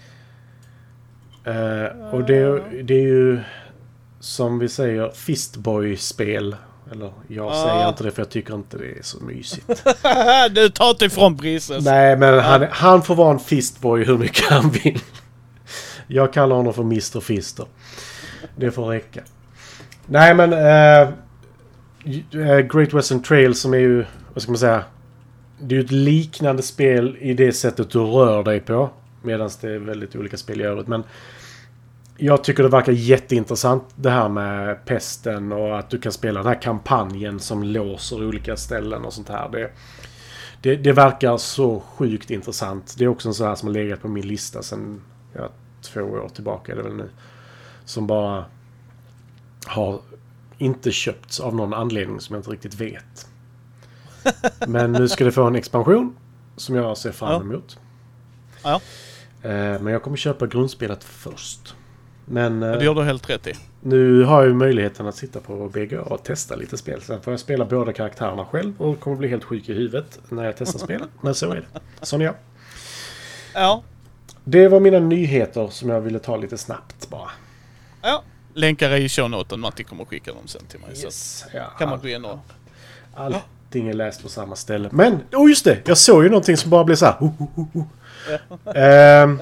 Eh, och det, det är ju som vi säger Fistboy-spel. Eller jag ah. säger inte det för jag tycker inte det är så mysigt. Du tar inte ifrån priset. Nej, men han, han får vara en Fistboy hur mycket han vill. Jag kallar honom för mister Fister. Det får räcka. Nej, men äh, Great Western Trail som är ju, vad ska man säga, det är ju ett liknande spel i det sättet du rör dig på. Medan det är väldigt olika spel i övrigt. Men jag tycker det verkar jätteintressant det här med pesten och att du kan spela den här kampanjen som låser olika ställen och sånt här. Det, det, det verkar så sjukt intressant. Det är också en sån här som har legat på min lista sedan ja, två år tillbaka är det väl nu. Som bara har inte köpts av någon anledning som jag inte riktigt vet. Men nu ska det få en expansion som jag ser fram emot. Ja. Ja. Men jag kommer köpa grundspelet först. Men det gör du helt rätt i. Nu har jag ju möjligheten att sitta på B G A och testa lite spel. Sen får jag spela båda karaktärerna själv och kommer bli helt sjuk i huvudet när jag testar spelet. Men så är det. Sån är jag. Ja. Det var mina nyheter som jag ville ta lite snabbt bara. Ja, länkar i shownoten. Matti kommer skicka dem sen till mig. Yes. Så Ja, kan man gå in och... allting är läst på samma ställe. Men, oh just det! Jag såg ju någonting som bara blev så här. Oh, oh, oh, oh. um,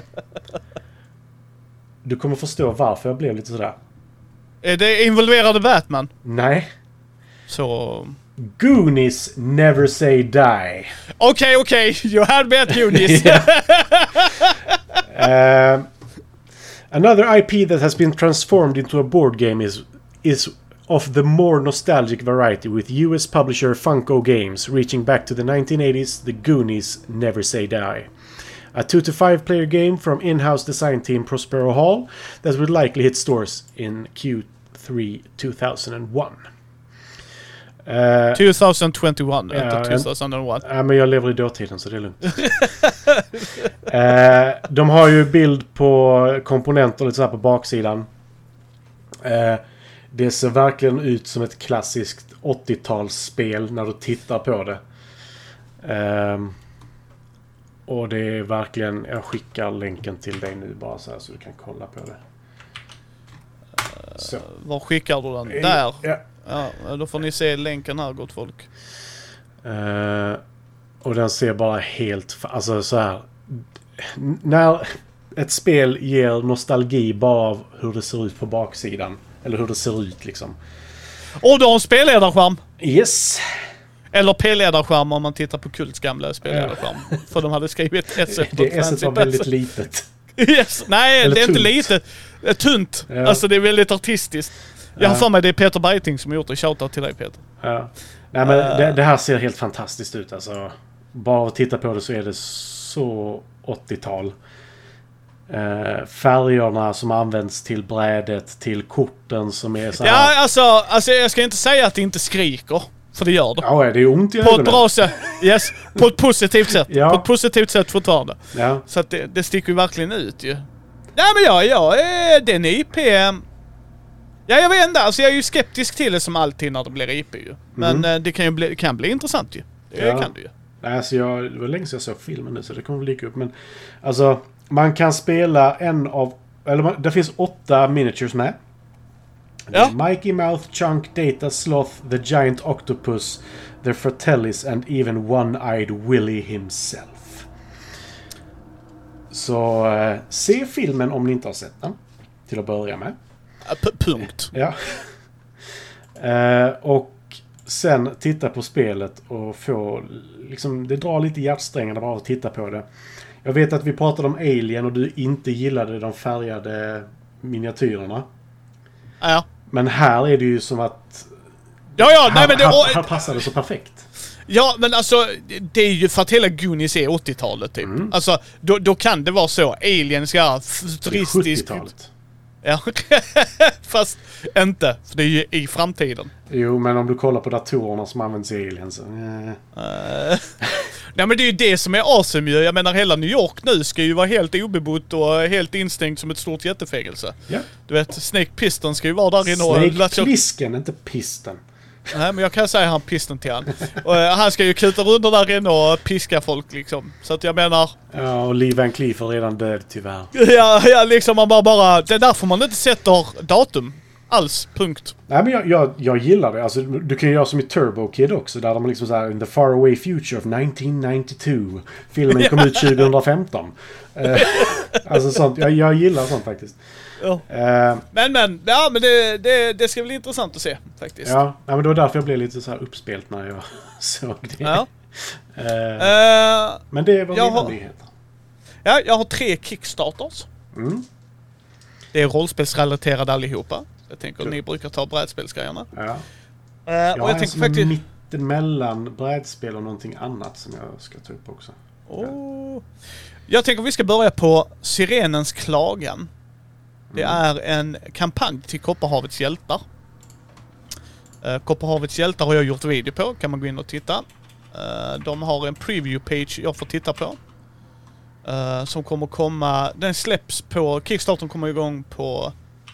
du kommer förstå varför jag blev lite sådär. Är det involverade Batman? Nej. Så... Goonies Never Say Die. Okej, okay, okej. Okay. You had me at Goonies. uh, another I P that has been transformed into a board game is is of the more nostalgic variety, with U S publisher Funko Games reaching back to the nineteen eighties. The Goonies Never Say Die. A two to five player game from in-house design team Prospero Hall that would likely hit stores in Q three two thousand one. Uh, tjugo tjugoett, ja, inte tjugohundraett. Ja, men jag lever i dåtiden så det är lugnt. uh, de har ju bild på komponenter lite så här på baksidan. Uh, det ser verkligen ut som ett klassiskt åttiotalsspel när du tittar på det. Uh, och det är verkligen... Jag skickar länken till dig nu bara så här så du kan kolla på det. Så. Uh, var skickar du den? Där? Ja. Ja, då får ni se länken här, gott folk. Uh, och den ser bara helt... Alltså så här... När ett spel ger nostalgi bara av hur det ser ut på baksidan. Eller hur det ser ut liksom. Och du har en spelledarskärm. Yes. Eller P-ledarskärm om man tittar på Kults gamla spelledarskärm. Ja. För de hade skrivit S F. Det S var väldigt litet. Yes. Nej, eller det är tunt. Inte litet. Det är tunt. Ja. Alltså det är väldigt artistiskt. Jag har för mig det är Peter Beiting som har gjort det. Shoutout till dig, Peter. Ja. Nej, men uh, det, det här ser helt fantastiskt ut. Alltså, bara att titta på det så är det så åttiotal. Uh, färgerna som används till brädet, till korten som är så här. Ja, alltså, alltså jag ska inte säga att det inte skriker. För det gör det. Ja, det är ont i På ett bra sätt. Yes. På ett positivt sätt. Ja. På ett positivt sätt fortfarande. Ja. Så att det, det sticker ju verkligen ut ju. Nej men ja, ja, den I P... Ja, jag vet inte. Alltså jag är ju skeptisk till det som alltid när det blir I P ju. Men mm. det kan ju bli, kan bli intressant ju. Det ja. kan det ju. Alltså jag, det var länge sedan jag såg filmen nu så det kommer lika upp. Men alltså, man kan spela en av... Eller man, det finns åtta miniatures med. Ja. Mikey Mouth, Chunk, Data, Sloth, The Giant Octopus, The Fratellis and even One-Eyed Willy himself. Så eh, se filmen om ni inte har sett den. Till att börja med. P- punkt. Ja. eh, och sen titta på spelet och få... Liksom, det drar lite hjärtsträngarna bara att titta på det. Jag vet att vi pratade om Alien och du inte gillade de färgade miniatyrerna. Ja. Men här är det ju som att... Ja, ja, här, nej, men det... här, här passar det så perfekt. Ja, men alltså, det är ju för att hela Goonies är åttiotalet typ. Mm. Alltså, då, då kan det vara så. Alien ska vara futuristiskt. sjuttiotalet. Ja, fast inte. För det är ju i framtiden. Jo, men om du kollar på datorerna som används i Alien så... Eh. Uh, nej, men det är ju det som är awesome ju. Jag menar, hela New York nu ska ju vara helt obebott och helt instängt som ett stort jättefängelse. Ja. Du vet, Snake Piston ska ju vara där inne och... Snake Plisken, inte Piston. Nej, men jag kan säga han Piston till han. Och, uh, han ska ju kuta runt där inne och piska folk liksom. Så att jag menar... Ja, och Lee Van Cleef är redan död tyvärr. Ja, ja, liksom man bara bara... Det är därför man inte sätter datum. Alls, punkt. Nej, men jag, jag, jag gillar det. Alltså, du kan ju göra som i Turbo Kid också. Där de liksom såhär, in the far away future of nineteen ninety-two. Filmen kom ut tjugo femton. uh, alltså sånt. Jag, jag gillar sånt faktiskt. Ja. Uh, men men, ja men det, det, det ska bli intressant att se faktiskt. Ja, ja men det var därför jag blev lite så här uppspelt när jag såg det. Ja. uh, uh, men det var mina har, nyheter. Ja, jag har tre Kickstarters. Mm. Det är rollspelsrelaterade allihopa. Jag tänker att ni brukar ta brädspelsgrejerna. Ja. Uh, jag och jag tänker faktiskt mittemellan brädspel och någonting annat som jag ska ta upp också. Oh. Jag tänker att vi ska börja på Sirenens klagan. Det är en kampanj till Kopparhavets hjältar. Uh, Kopparhavets hjältar har jag gjort video på. Kan man gå in och titta. Uh, de har en preview page jag får titta på. Uh, som kommer komma... Den släpps på... Kickstarten kommer igång på...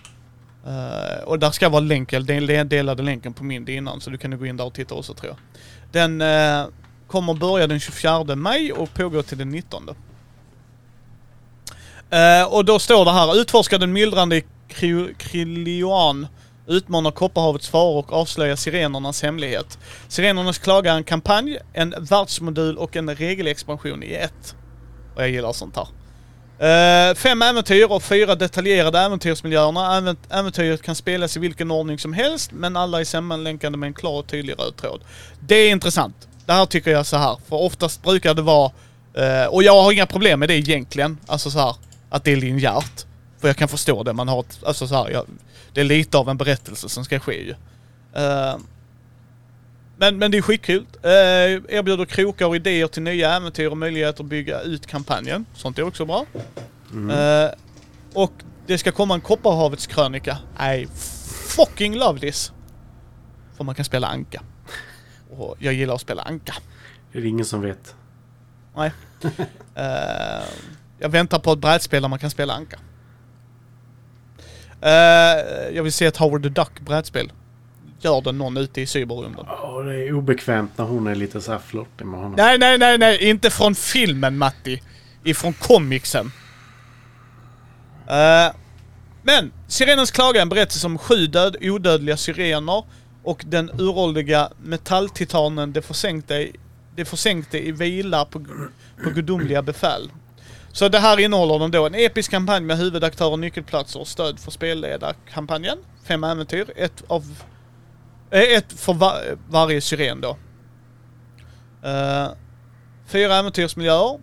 Uh, och där ska vara länk. Jag delade länken på min innan. Så du kan gå in där och titta också tror jag. Den uh, kommer börja den tjugofjärde maj och pågår till den nittonde. Uh, och då står det här: utforska den myllrande Krillioan utmanar Kopparhavets faror och avslöjar sirenernas hemlighet. Sirenernas klagar en kampanj, en världsmodul och en regelexpansion i ett. Och jag gillar sånt här. Uh, fem äventyr och fyra detaljerade äventyrsmiljöerna. Även, äventyret kan spelas i vilken ordning som helst, men alla är sammanlänkade med en klar och tydlig röd tråd. Det är intressant. Det här tycker jag så här. För oftast brukar det vara, uh, och jag har inga problem med det egentligen, alltså så här, att det är linjärt. För jag kan förstå det. Man har ett, alltså så här, jag, det är lite av en berättelse som ska ske ju. Uh, men, men det är skitkul. Uh, erbjuder krokar och idéer till nya äventyr och möjligheter att bygga ut kampanjen. Sånt är också bra. Mm. Uh, och det ska komma en Kopparhavets krönika. I fucking love this. För man kan spela anka. Och jag gillar att spela anka. Det är ingen som vet. Nej. uh, jag väntar på ett brädspel där man kan spela anka. Uh, jag vill se ett Howard the Duck brädspel. Gör det någon ute i cyberrymden. Ja, oh, det är obekvämt när hon är lite så här flörtig med honom. Nej, nej, nej, nej. Inte från filmen, Matti. Ifrån comicsen. Uh, men, Sirenens klaga är en berättelse om sju död, odödliga sirener och den uråldriga metalltitanen det försänkte, det försänkte i vila på, på gudomliga befäl. Så det här innehåller den då en episk kampanj med huvudaktörer, nyckelplatser och stöd för spelledarkampanjen. Fem äventyr, ett av ett för var, varje syren då. Uh, fyra äventyrsmiljöer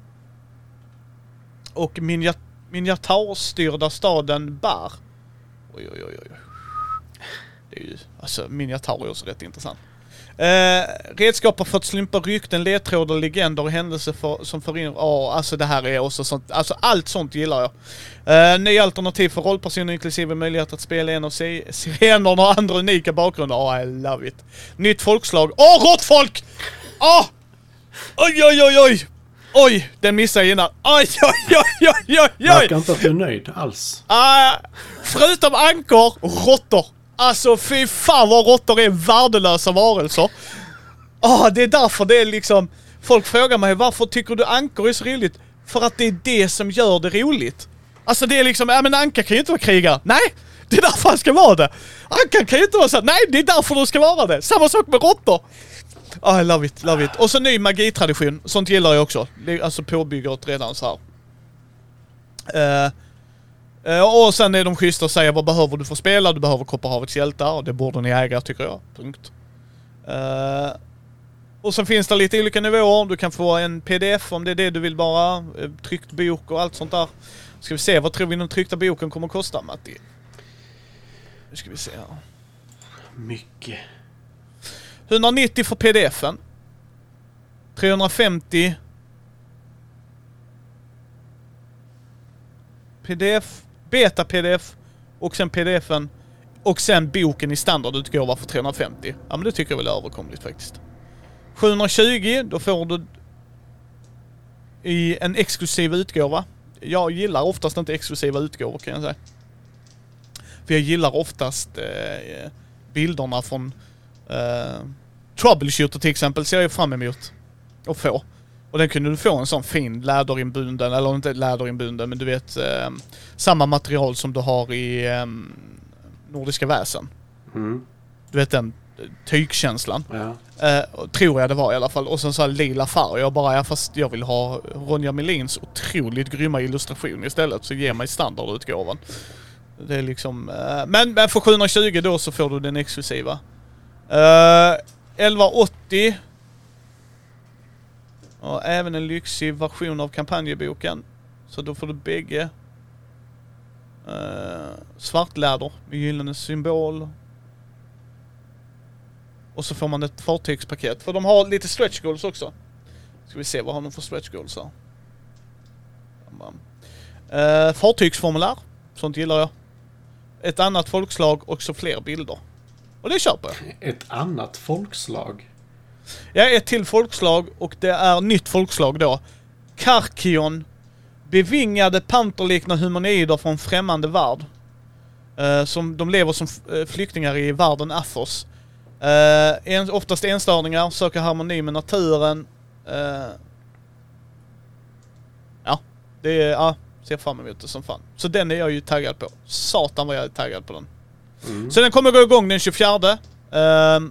och miniat- miniatyrstyrda staden Bar. Oj oj oj oj. Det är ju alltså miniatyr är också rätt intressant. Eh, redskap för att slumpa rykten, ledtrådar, legender och händelser för, som för in... Ja, oh, alltså det här är också sånt... Alltså allt sånt gillar jag. Eh, nya alternativ för rollpersoner inklusive möjlighet att spela en av sirenerna och andra unika bakgrunder. Oh, I love it. Nytt folkslag. Åh, oh, råttfolk! Åh! Oh! Oj, oj, oj, oj! Oj, den missade jag innan. Oj, oj, oj, oj, oj, oj! Jag kan inte att du är nöjd alls. Uh, förutom ankor, råttor. Alltså fy fan vad råttor är värdelösa varelser. Ah, det är därför det är liksom... Folk frågar mig, varför tycker du ankor är så roligt? För att det är det som gör det roligt. Alltså det är liksom, ja men anka kan ju inte vara krigare. Nej, det är därför han ska vara det. Anka kan ju inte vara så. Nej, det är därför du ska vara det. Samma sak med råttor. Ah, I love it, love it. Och så ny magitradition. Sånt gillar jag också. Alltså påbygget redan så här. Uh, Uh, och sen är de schyssta och säger vad behöver du för spela? Du behöver Kopparhavets hjältar och det borde ni äga tycker jag. Punkt. Uh, och sen finns det lite olika nivåer. Du kan få en pdf om det är det du vill bara. Uh, tryckt bok och allt sånt där. Ska vi se, vad tror vi den tryckta boken kommer att kosta, Matti? Nu ska vi se här. Mycket. etthundranittio för pdf-en. trehundrafemtio pdf, beta-pdf och sen pdf-en och sen boken i standardutgåva för trehundrafemtio. Ja, men det tycker jag väl är överkomligt faktiskt. sjuhundratjugo, då får du i en exklusiv utgåva. Jag gillar oftast inte exklusiva utgåvor kan jag säga. För jag gillar oftast eh, bilderna från eh, Troubleshooter till exempel ser jag fram emot att få. Och den kunde du få en sån fin läderinbunden, eller inte läderinbunden, men du vet eh, samma material som du har i eh, Nordiska väsen. Mm. Du vet den tygkänslan. Ja. Eh, tror jag det var i alla fall. Och sen så här lila färg. Jag bara, ja, fast jag vill ha Ronja Melins otroligt grymma illustration istället. Så ge mig standardutgåvan. Det är liksom... Eh, men, men för sjuhundratjugo då så får du den exklusiva. Eh, elva åttio. Och även en lyxig version av kampanjeboken. Så då får du bägge. Uh, svartläder med gyllene symbol. Och så får man ett fartygspaket. För de har lite stretch goals också. Ska vi se, vad har de för stretch goals här? Uh, fartygsformulär. Sånt gillar jag. Ett annat folkslag och så fler bilder. Och det köper jag. Ett annat folkslag? Ja, ett till folkslag och det är nytt folkslag då. Karkion. Bevingade panterliknande humanoider från främmande värld. Uh, som de lever som uh, flyktingar i världen Athos. Uh, en, oftast enstörningar, söker harmoni med naturen. Uh, ja, det är... Uh, Ser fram emot det som fan. Så den är jag ju taggad på. Satan vad jag är taggad på den. Mm. Så den kommer gå igång den tjugofjärde. Uh,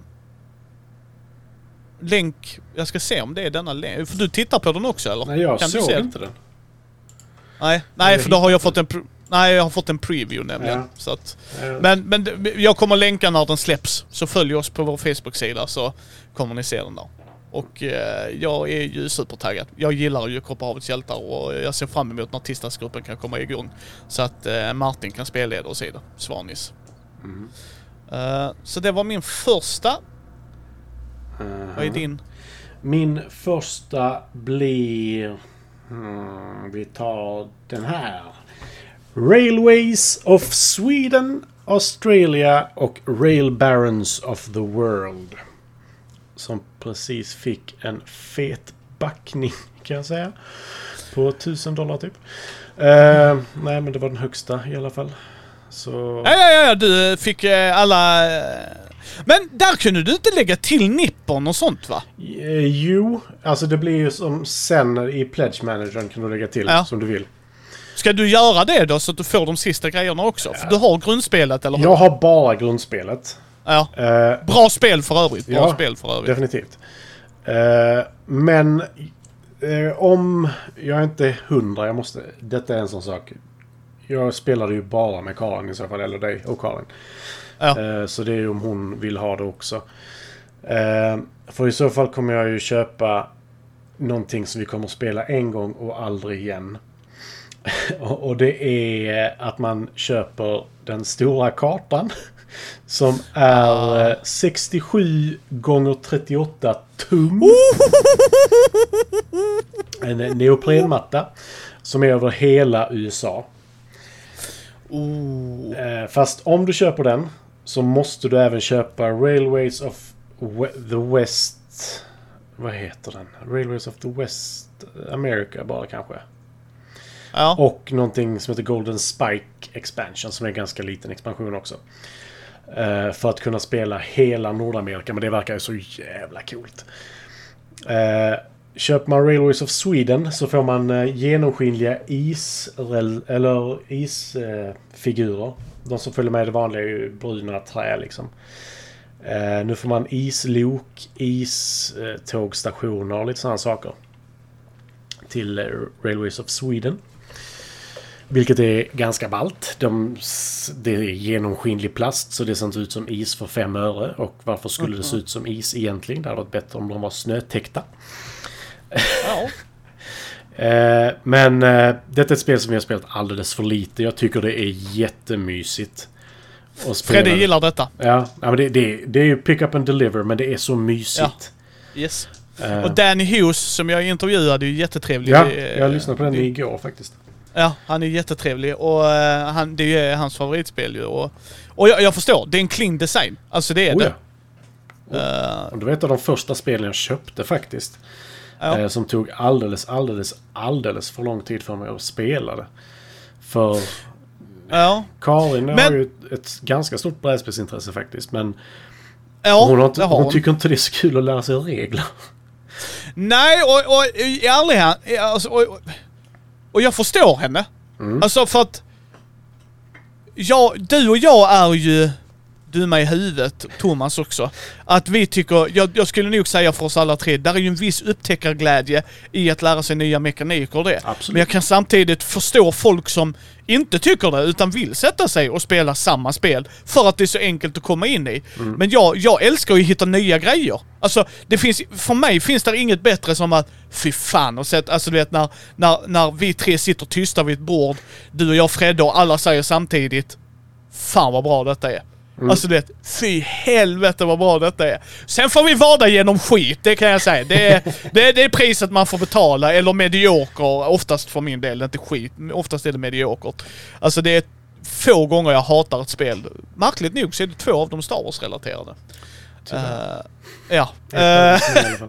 länk, jag ska se om det är denna länk. För du tittar på den också eller? Nej, jag kan såg du se inte den. Nej, nej för då har jag fått en... Pr- nej, jag har fått en preview nämligen. Ja. Så att, Ja. men, men jag kommer länka när den släpps. Så följ oss på vår Facebook-sida så kommer ni se den där. Och eh, jag är ju supertaggad. Jag gillar ju Kopparhavets hjältar och jag ser fram emot när tisdagsgruppen kan komma igång. Så att eh, Martin kan spelleda och sida. Svanis. Mm. Uh, så det var min första. Uh-huh. Vad är din? Min första blir... Hmm, vi tar den här. Railways of Sweden, Australia och Rail Barons of the World. Som precis fick en fet backning kan jag säga. På tusen dollar typ. Uh, nej men det var den högsta i alla fall. Så... Ja, ja, ja, du fick eh, alla... Men där kunde du inte lägga till nippon och sånt va? Eh, jo, alltså det blir ju som sen i Pledge Managern kan du lägga till ja. Som du vill. Ska du göra det då så att du får de sista grejerna också? Ja. För du har grundspelet eller hur? Jag har bara grundspelet. Ja. Eh, Bra spel för övrigt. Bra ja, spel för övrigt. Definitivt. Eh, men eh, om jag är inte hundra, jag måste... Detta är en sån sak. Jag spelade ju bara med Karin i så fall, eller dig och Karin. Ja. Eh, så det är ju om hon vill ha det också. Eh, för i så fall kommer jag ju köpa någonting som vi kommer att spela en gång och aldrig igen. och, och det är att man köper den stora kartan som är eh, sextiosju gånger trettioåtta tum. En neoprenmatta som är över hela U S A. Oh. Eh, fast om du köper den så måste du även köpa Railways of We- the West. Vad heter den? Railways of the West America bara kanske. Ja. Och någonting som heter Golden Spike Expansion som är en ganska liten expansion också. Eh, för att kunna spela hela Nordamerika, men det verkar ju så jävla coolt. Eh, köper man Railways of Sweden så får man eh, genomskinliga is eller isfigurer. Eh, De som följer med det vanliga är ju bruna trä liksom. Eh, nu får man islok, istågstationer och lite sådana saker. Till eh, Railways of Sweden. Vilket är ganska ballt. De, det är genomskinlig plast så det ser inte ut som is för fem öre. Och varför skulle mm. det se ut som is egentligen? Det hade varit bättre om de var snötäckta. Ja. eh, men eh, detta är ett spel som jag har spelat alldeles för lite. Jag tycker det är jättemysigt. Freddy gillar detta. Ja, ja men det, det, det är ju pick up and deliver, men det är så mysigt. Ja. Yes. Uh. Och Danny Hughes som jag intervjuade är ju jättetrevlig. Ja, jag lyssnade på den det, igår faktiskt. Ja, han är jättetrevlig och uh, han, det är hans favoritspel ju. Och, och jag, jag förstår, det är en clean design. Alltså det är oh, det. Ja. Och, uh, och det var ett av de första spelen jag köpte faktiskt. Ja. Eh, som tog alldeles, alldeles, alldeles för lång tid för mig att spela det. För ja. Karin men, har ju ett, ett ganska stort brädspelsintresse faktiskt. Men ja, hon, har inte, hon, hon tycker inte det är så kul att lära sig regler. Nej, och, och i ärlighet, alltså, och, och, och jag förstår henne. Mm. Alltså för att jag, du och jag är ju dumma i huvudet, Thomas också. Att vi tycker, jag, jag skulle nog säga för oss alla tre, där är ju en viss upptäckarglädje i att lära sig nya mekaniker det. Absolut. Men jag kan samtidigt förstå folk som inte tycker det utan vill sätta sig och spela samma spel för att det är så enkelt att komma in i. Mm. Men jag, jag älskar ju att hitta nya grejer. Alltså, det finns, för mig finns det inget bättre som att fy fan och sett, alltså du vet när, när, när vi tre sitter tysta vid ett bord, du och jag Fredde och alla säger samtidigt fan vad bra detta är. Mm. Alltså du vet, fy helvete vad bra detta är. Sen får vi vada genom skit, det kan jag säga. Det är, det är, det är priset man får betala, eller medioker, oftast för min del, inte skit, oftast är det medioker. Alltså det är få gånger jag hatar ett spel. Märkligt nog så är det två av dem Star Wars-relaterade. Uh, ja. Uh,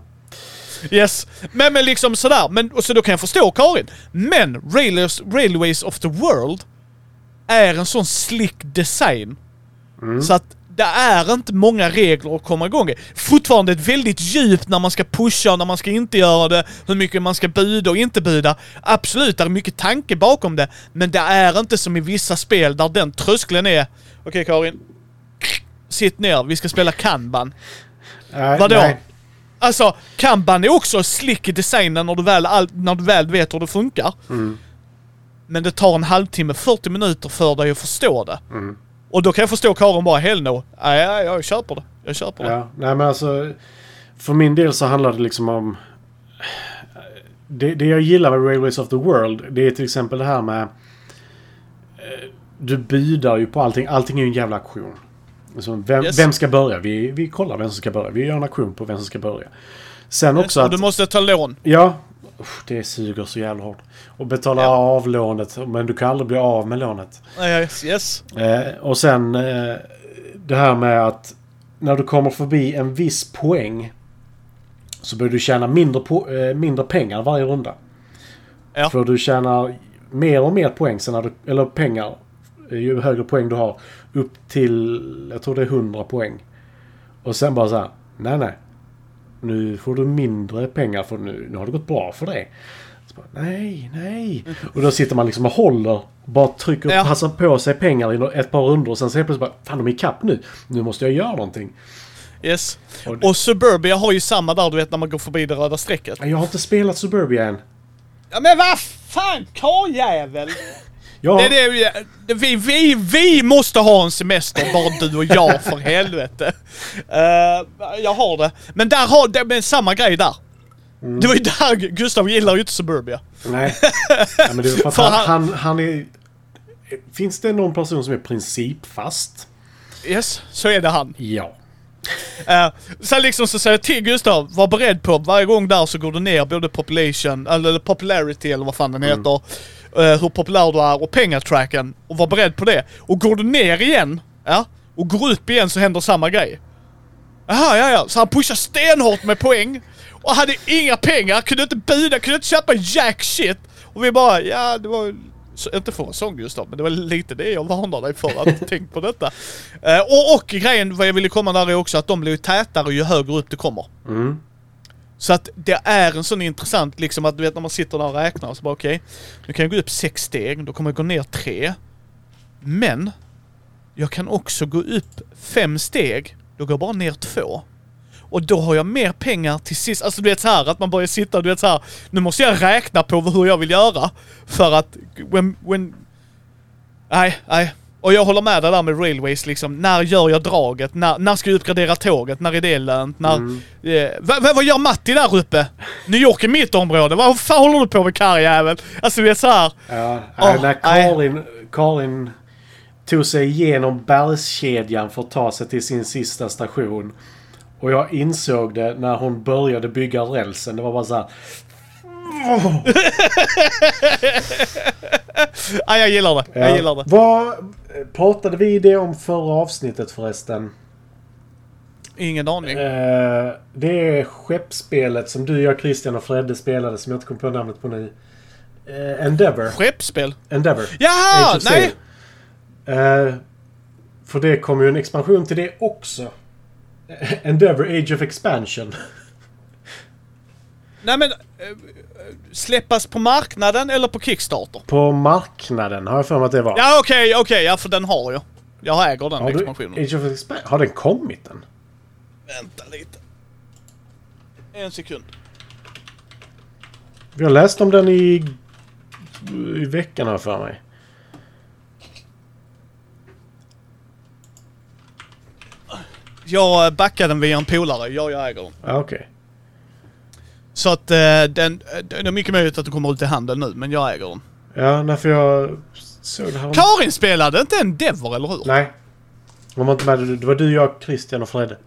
yes. Men, men liksom sådär, men, och så då kan jag förstå Karin. Men Railways, Railways of the World är en sån slick design. Mm. Så att det är inte många regler att komma igång i. Fortfarande ett väldigt djupt när man ska pusha och när man ska inte göra det, hur mycket man ska buda och inte buda. Absolut, det är mycket tanke bakom det, men det är inte som i vissa spel där den tröskeln är okej okay, Karin, sitt ner, vi ska spela Kanban. Nej, Vadå? nej. Alltså, Kanban är också slick i designen när du väl, all, när du väl vet hur det funkar. Mm. Men det tar en halvtimme, fyrtio minuter för dig att förstå det. Mm. Och då kan jag förstå Karin bara, hell no. Nej, jag, jag köper det. Jag köper det. Ja, nej men alltså, för min del så handlar det liksom om... Det, det jag gillar med Railways of the World, det är till exempel det här med... Du bydar ju på allting. Allting är ju en jävla aktion. Alltså, vem, Yes. vem ska börja? Vi, vi kollar vem som ska börja. Vi gör en aktion på vem som ska börja. Sen Yes, också och att... du måste ta lån. Ja, usch, det suger så jävla hårt. Och betala Ja. av lånet. Men du kan aldrig bli av med lånet. Yes, yes. Eh, och sen eh, det här med att när du kommer förbi en viss poäng så börjar du tjäna mindre, po- eh, mindre pengar varje runda. Ja. För du tjänar mer och mer poäng sen när du, eller pengar ju högre poäng du har upp till, jag tror det är hundra poäng. Och sen bara så här, nej nej. Nu får du mindre pengar för nu, nu har det gått bra för dig. Så bara, nej, nej. Och då sitter man liksom och håller, bara trycker och Ja. passar på sig pengar i ett par rundor och sen så helt plötsligt bara, fan de är i kapp nu. Nu måste jag göra någonting. Yes. Och, Och Suburbia har ju samma där, du vet, när man går förbi det röda strecket. jag har inte spelat Suburbia än. Ja men vad fan, karljävel! Jag, Det är det, det, vi, vi, vi måste ha en semester, bara du och jag, för helvete. Uh, jag har det. Men där har det men samma grej där. Mm. Det var ju där Gustav gillar ju inte Suburbia. Nej. Ja, men det är för att För han, han- han, han är... Finns det någon person som är principfast? Yes, så är det han. Ja. Uh, sen liksom så säger jag till Gustav, var beredd på varje gång där så går du ner både population, eller popularity eller vad fan den Mm. heter. Uh, hur populär du är och pengatracken. Och var beredd på det. Och går du ner igen, ja, och går upp igen så händer samma grej. Aha, ja, ja. Så han pushar stenhårt med poäng. Och hade inga pengar, kunde inte buda, kunde inte köpa jack shit. Och vi bara, ja det var... Så, inte för en sån Gustav, men det var lite det jag varnar dig för att tänk på detta. Uh, och, och grejen, vad jag ville komma där är också att de blir tätare ju högre upp det kommer. Mm. Så att det är en sån intressant liksom att du vet när man sitter där och räknar och så bara okej, okay, nu kan jag gå upp sex steg, då kommer jag gå ner tre. Men jag kan också gå upp fem steg, då går jag bara ner två. Och då har jag mer pengar till sist. Alltså du vet så här att man börjar sitta och du vet så här, nu måste jag räkna på hur jag vill göra för att when, when nej, nej. Och jag håller med det där med Railways liksom. När gör jag draget? När, när ska jag uppgradera tåget? När är det lönt? När, Mm. eh, vad, vad, vad gör Matti där uppe? New York är mitt område. Vad fan håller du på med karljävel? Alltså det är så här. Ja, Oh, när Karin, Karin tog sig igenom bergskedjan för att ta sig till sin sista station. Och jag insåg det när hon började bygga rälsen. Det var bara så här. Oh. Ja, jag gillar det. Jag gillar det. Vad pratade vi det om förra avsnittet förresten? Ingen aning. Eh, det är skeppsspelet som du, jag, Christian och Fredde spelade som jag inte kom på namnet på nu. Eh, Endeavor. Skeppsspel? Endeavor. Jaha! Age of Nej! Sail. Eh, för det kommer ju en expansion till det också. Endeavor Age of Expansion. Nej men... eh, släppas på marknaden eller på Kickstarter? På marknaden har jag för mig att det var. Ja okej, okay, okej. Okay, ja för den har jag. Jag äger den har expansionen. Du, Age of Expansion? Har den kommit än? Vänta lite. En sekund. Vi har läst om den i, i veckan här för mig. Jag backade den via en polare. Ja, jag äger den. Ja, okej. Okay. Så att eh, den, det är mycket möjligt att den kommer ut i handel nu, men jag äger den. Ja, nej, för jag såg det här om... Karin spelade inte en Endeavor, eller hur? Nej. Hon var inte med. Det var du, jag, Christian och Fredde.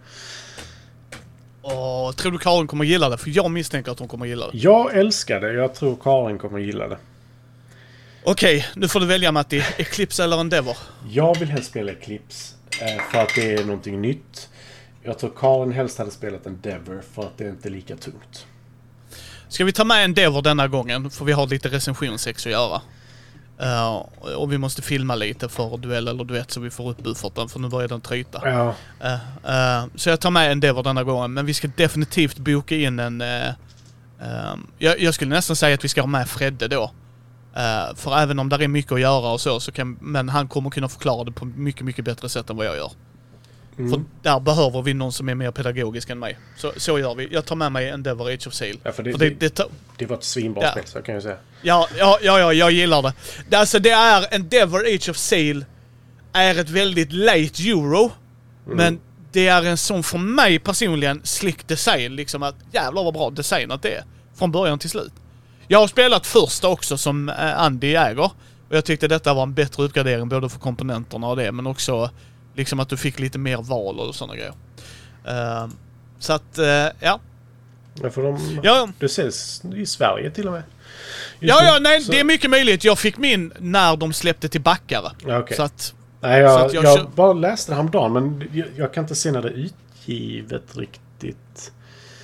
Åh, tror du Karin kommer gilla det? För jag misstänker att hon kommer gilla det. Jag älskar det. Jag tror Karin kommer gilla det. Okej, nu får du välja Matti. Eclipse eller Endeavor? Jag vill helst spela Eclipse. För att det är någonting nytt. Jag tror Karin helst hade spelat Endeavor för att det är inte är lika tungt. Ska vi ta med Endeavor denna gången? För vi har lite recensionsex att göra. Uh, och vi måste filma lite för duell eller duett så vi får upp bufferten för nu börjar den tryta. Ja. Uh, uh, så jag tar med Endeavor denna gången, men vi ska definitivt boka in en... Uh, uh, jag, jag skulle nästan säga att vi ska ha med Fredde då. Uh, för även om det är mycket att göra och så, så kan, men han kommer kunna förklara det på mycket, mycket bättre sätt än vad jag gör. Mm. För där behöver vi någon som är mer pedagogisk än mig. Så, så gör vi. Jag tar med mig Endeavor Age of Sail. Ja, för det, för det, det, det, ta- det var ett svinbra ja. spel, så kan jag säga. Ja, ja, ja, ja, jag gillar det. det. Alltså det är Endeavor Age of Sail är ett väldigt late euro. Mm. Men det är en sån för mig personligen slick design. Liksom att jävlar vad bra designat det är. Från början till slut. Jag har spelat första också som Andy äger. Och jag tyckte detta var en bättre uppgradering både för komponenterna och det. Men också liksom att du fick lite mer val och sådana grejer. Uh, så att, uh, ja. Ja, för de, ja. Det säljs i Sverige till och med. Just ja, ja, nej, så. Det är mycket möjligt. Jag fick min när de släppte till backare. Ja, okay. Så att... Nej, jag, så att jag, jag kö- bara läste det häromdagen, men jag, jag kan inte se när det är utgivet riktigt.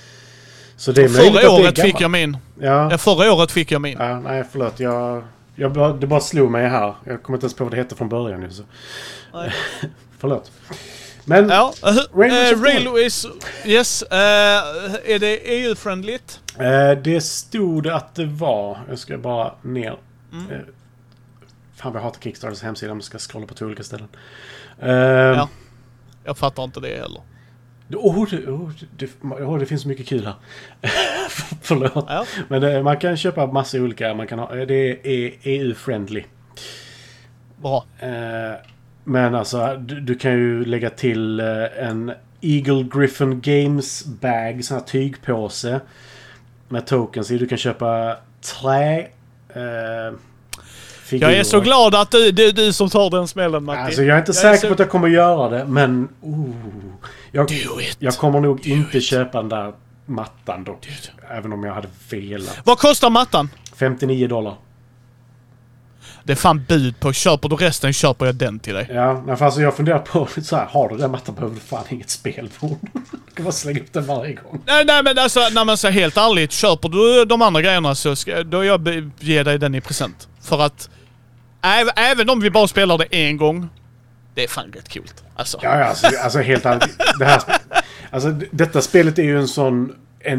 Så det är förra möjligt året att det är fick jag min. Ja. Ja, förra året fick jag min. Ja, nej, förlåt. Jag, jag bara, det bara slog mig här. Jag kommer inte ens på vad det hette från början nu. Så. Nej. Förlåt. Men ja, uh, Railways, uh, Railways yes, uh, är det E U-friendligt? Uh, det stod att det var. Jag ska bara ner. Mm. Uh, fan, jag hatar Kickstarters hemsida. Man ska scrolla på två olika ställen. Uh, ja, jag fattar inte det heller. Oh, det, oh, det, oh, det finns mycket kul här. Förlåt. Ja. Men det, man kan köpa massa olika. Man kan ha, det är E U-friendly. Bra. Uh, Men alltså, du, du kan ju lägga till uh, en Eagle Griffin Games bag, sån här tygpåse med tokens i. Du kan köpa trä uh, figurer. Jag är så glad att du, du, du som tar den smällen, Matti. Alltså, jag är inte jag säker är så... på att jag kommer göra det, men oh, jag, jag kommer nog Do inte it. köpa den där mattan dock. Även om jag hade velat. Vad kostar mattan? femtionio dollar. Det är fan bud på. Köper du resten, köper jag den till dig. Ja, men alltså jag funderar på så här, har du den mattan behöver du fan inget spel på. Du kan bara slänga upp den varje gång. Nej, nej men alltså, när man säger helt ärligt, köper du de andra grejerna så ska då jag ge dig den i present. För att äv, även om vi bara spelar det en gång, det är fan rätt kul. Alltså. Ja, alltså, alltså helt ärligt. Det här, alltså, detta spelet är ju en sån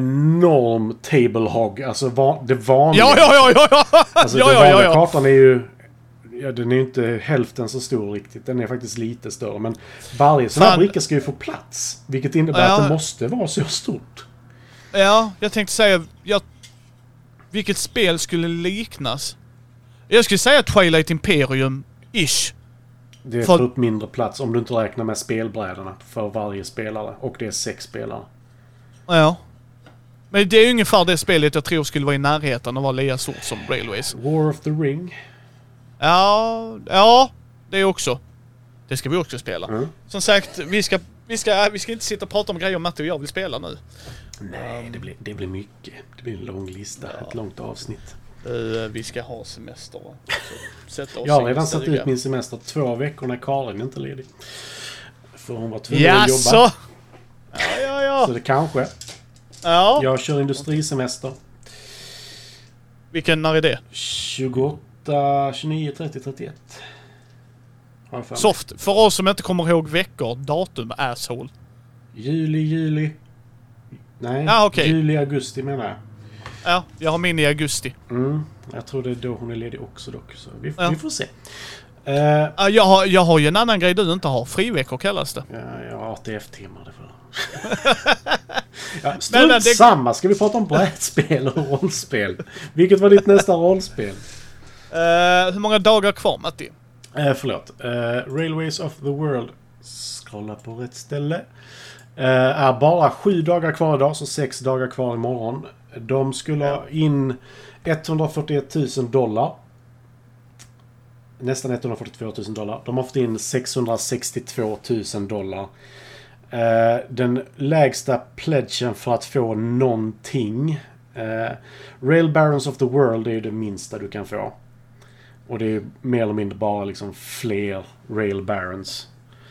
enorm table hog. Alltså va, det vanliga. Ja, ja, ja, ja. Alltså ja, den ja, vanliga ja, ja. kartan är ju... Ja, den är ju inte hälften så stor riktigt. Den är faktiskt lite större. Men varje sån här bricka ska ju få plats. Vilket innebär ja. att det måste vara så stort. Ja, jag tänkte säga... Jag, vilket spel skulle liknas? Jag skulle säga Twilight Imperium-ish. Det tar upp mindre plats om du inte räknar med spelbrädorna för varje spelare. Och det är sex spelare. Ja. Men det är ungefär det spelet jag tror skulle vara i närheten av vara lika stort som Railways. War of the Ring. Ja, ja, det är också. Det ska vi också spela. Mm. Som sagt, vi ska, vi, ska, vi ska inte sitta och prata om grejer om Matte och jag vill spela nu. Nej, um, det, blir, det blir mycket. Det blir en lång lista, ja. Ett långt avsnitt. Uh, vi ska ha semester. Sätta oss jag har redan satt ut min semester två veckor när Karin inte är ledig. För hon var tvungen ja, att jobba. Så. Ja, ja, ja. Så det kanske. Ja. Jag kör industrisemester. Vilken, när är det? tjugoåtta, tjugonio, trettio, trettioett. Soft. För oss som inte kommer ihåg veckor, datum, asshole. Juli, juli. Nej, ja, okay. juli, augusti menar jag. Ja, jag har min i augusti. Mm, jag tror det är då hon är ledig också dock. Så vi, ja. vi får se. Uh, jag, har, jag har ju en annan grej du inte har. Friveckor kallas det. Ja, jag har A T F-timmar det för. ja, strunt men, men, det... samma. Ska vi prata om brädspel och rollspel? Vilket var ditt nästa rollspel? Uh, hur många dagar kvar, Matti? Uh, förlåt. Uh, Railways of the World. Scrolla på rätt ställe. Uh, är bara sju dagar kvar idag, så sex dagar kvar imorgon. De skulle ja. ha in etthundrafyrtioett tusen dollar. Nästan etthundrafyrtiotvå tusen dollar. De har fått in sexhundrasextiotvå tusen dollar. Uh, den lägsta pledgen för att få någonting. Uh, Rail Barons of the World är ju det minsta du kan få. Och det är mer eller mindre bara liksom fler Rail Barons.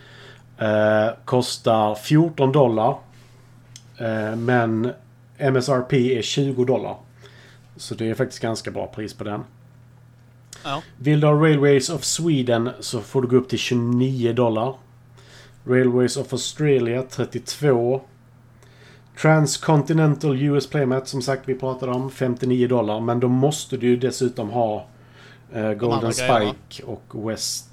Uh, kostar fjorton dollar. Uh, men M S R P är tjugo dollar. Så det är faktiskt ganska bra pris på den. Ja. Vill du ha Railways of Sweden så får du gå upp till tjugonio dollar. Railways of Australia trettiotvå. Transcontinental U S Playmat, som sagt vi pratade om, femtionio dollar. Men då måste du ju dessutom ha uh, Golden Spike grejerna. Och West.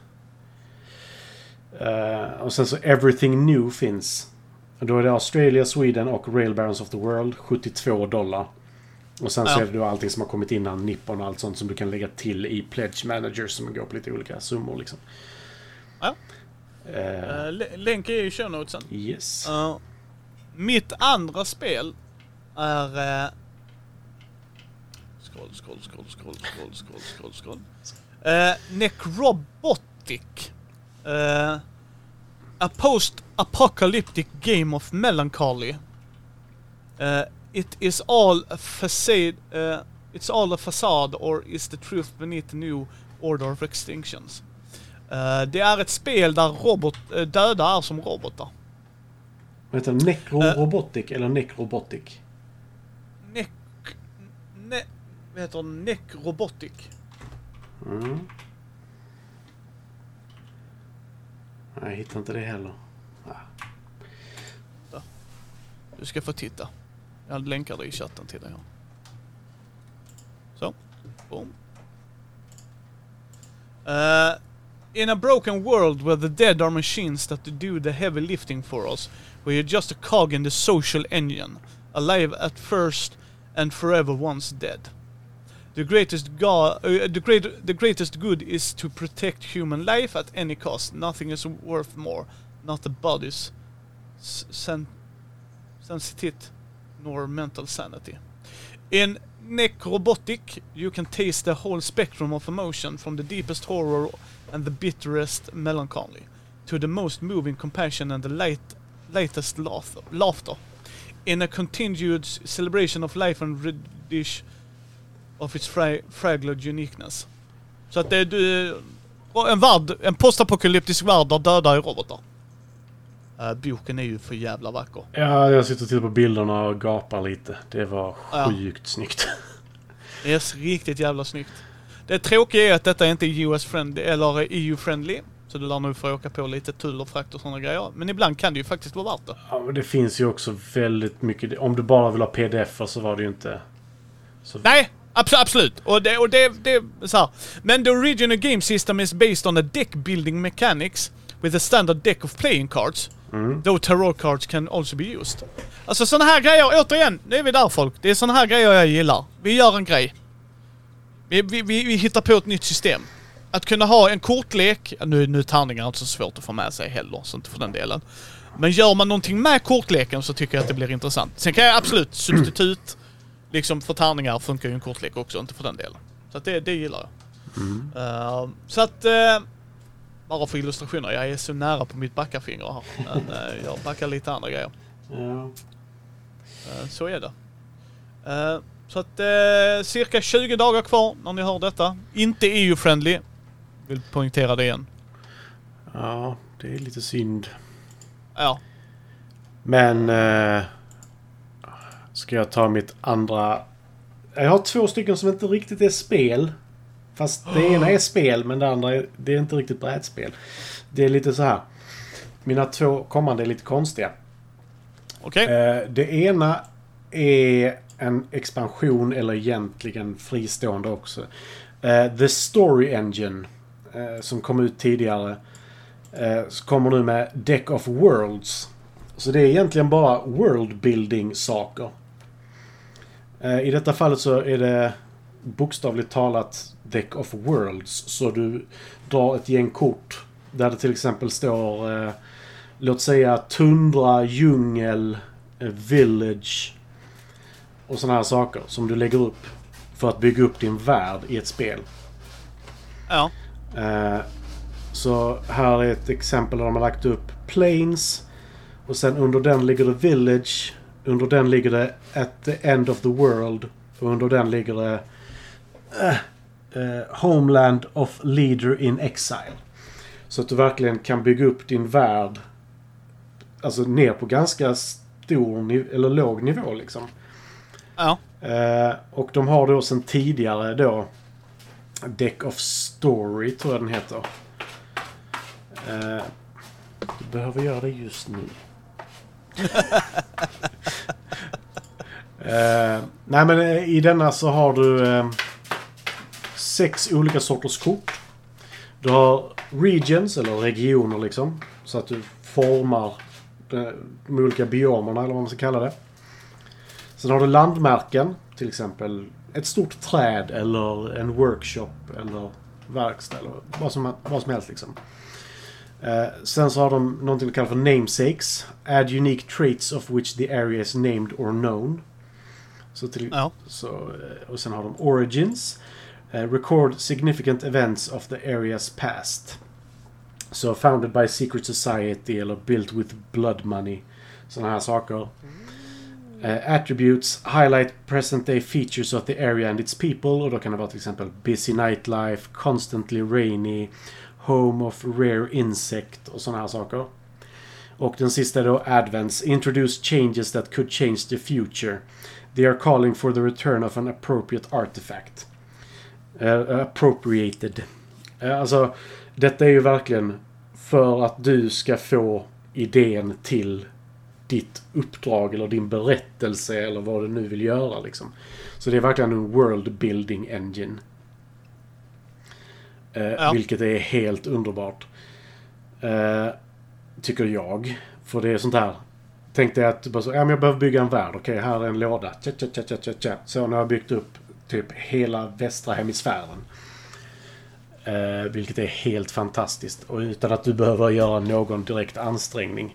Uh, och sen så Everything New finns. Då är det Australia, Sweden och Rail Barons of the World, sjuttiotvå dollar. Och sen ja. så är det då allting som har kommit innan, Nippon och allt sånt som du kan lägga till i Pledge Manager som går på lite olika summor liksom. Ja. Uh, uh, länk är i show notesen. Yes. Uh, mitt andra spel är... Uh, scroll, scroll, scroll, scroll, scroll, scroll, scroll, scroll. Uh, Necrobotic. Uh, a post-apocalyptic game of melancholy. Uh, it is all a facade. Uh, it's all a facade, or is the truth beneath the new order of extinctions? Uh, det är ett spel där robot uh, döda är som robotar. Vänta, Necrorobotic uh, eller Necrobotic? Nec... Ne... Vad heter det? Necrobotic. Mm. Jag hittar inte det heller. Ah. Du ska få titta. Jag länkar det i chatten till dig. Så. Boom. Uh, in a broken world where the dead are machines that do the heavy lifting for us, where you're just a cog in the social engine, alive at first and forever once dead. The greatest God, uh, the great, the greatest good is to protect human life at any cost. Nothing is worth more, not the body's sen- sensitivity nor mental sanity. In Necrobotic, you can taste the whole spectrum of emotion, from the deepest horror and the bitterest melancholy, to the most moving compassion and the light, lightest laughter. laughter. In a continued celebration of life and reddish of its fra- fragile uniqueness. Så att det är du, en värld, en postapokalyptisk värld där döda är robotar. Uh, boken är ju för jävla vacker. Ja, jag sitter och tittar på bilderna och gapar lite. Det var sjukt ja. snyggt. Det är riktigt jävla snyggt. Det tråkiga är att detta inte är U S-friendly eller E U-friendly. Så du lär nog få åka på lite tull och frakt och sådana grejer. Men ibland kan det ju faktiskt vara värt det. Ja, men det finns ju också väldigt mycket. Om du bara vill ha P D F så var det ju inte... Så... Nej! Absolut, absolut. Och det, och det, det så här. Men the original game system is based on the deck building mechanics with a standard deck of playing cards. Mm. Though tarot cards can also be used. Alltså såna här grejer, återigen, nu är vi där folk. Det är såna här grejer jag gillar. Vi gör en grej. Vi, vi, vi, vi hittar på ett nytt system. Att kunna ha en kortlek, nu, nu är tärningar inte så svårt att få med sig heller, så inte för den delen. Men gör man någonting med kortleken så tycker jag att det blir intressant. Sen kan jag absolut, substitut liksom för tärningar funkar ju en kortlek också, inte för den delen. Så att det, det gillar jag. Mm. Uh, så att, uh, bara för illustrationer, jag är så nära på mitt backarfinger här. Men uh, jag backar lite andra grejer. Ja. Uh, så är det. Uh, så att uh, cirka tjugo dagar kvar när ni hör detta. Inte E U-friendly. Vill poängtera det igen. Ja, det är lite synd. Ja. Men... Uh... Ska jag ta mitt andra... Jag har två stycken som inte riktigt är spel. Fast det ena är spel, men det andra är, det är inte riktigt brädspel. Det är lite så här. Mina två kommande är lite konstiga. Okej. Okay. Det ena är en expansion, eller egentligen fristående också. The Story Engine, som kom ut tidigare, kommer nu med Deck of Worlds. Så det är egentligen bara worldbuilding-saker. I detta fallet så är det bokstavligt talat Deck of Worlds. Så du drar ett gäng kort där det till exempel står, eh, låt säga tundra, djungel, eh, village och såna här saker som du lägger upp för att bygga upp din värld i ett spel. Ja. Eh, så här är ett exempel där de har lagt upp plains. Och sen under den ligger det village. Under den ligger det at the end of the world. Och under den ligger det uh, uh, homeland of leader in exile. Så att du verkligen kan bygga upp din värld. Alltså ner på ganska stor niv- eller låg nivå liksom. Ja. Uh, och de har då sen tidigare då Deck of Story tror jag den heter. Uh, du behöver göra det just nu. uh, nej men i denna så har du uh, sex olika sorters kort. Du har regions eller regioner liksom. Så att du formar de, de olika biomerna eller vad man ska kalla det. Sen har du landmärken. Till exempel ett stort träd eller en workshop eller verkstad eller vad som, vad som helst liksom. Eh, sen så har de någonting de kallar för namesakes. Add unique traits of which the area is named or known. Så till, ja. så, och sen har de origins. Uh, record significant events of the area's past. So founded by secret society eller built with blood money. Sådana här saker. Uh, attributes highlight present day features of the area and its people. Och då kan det vara till exempel busy nightlife, constantly rainy, home of rare insect och sådana här saker. Och den sista då, advents. Introduce changes that could change the future. They are calling for the return of an appropriate artifact. Uh, appropriated. Uh, alltså, detta är ju verkligen för att du ska få idén till ditt uppdrag eller din berättelse eller vad du nu vill göra liksom. Så det är verkligen en world building engine. Uh, ja. Vilket är helt underbart. Uh, tycker jag. För det är sånt här. Tänk dig att bara så, ja, men jag behöver bygga en värld. Okej, här är en låda. Tja, tja, tja, tja, tja. Så nu har jag byggt upp typ hela västra hemisfären. Eh, vilket är helt fantastiskt. Och utan att du behöver göra någon direkt ansträngning.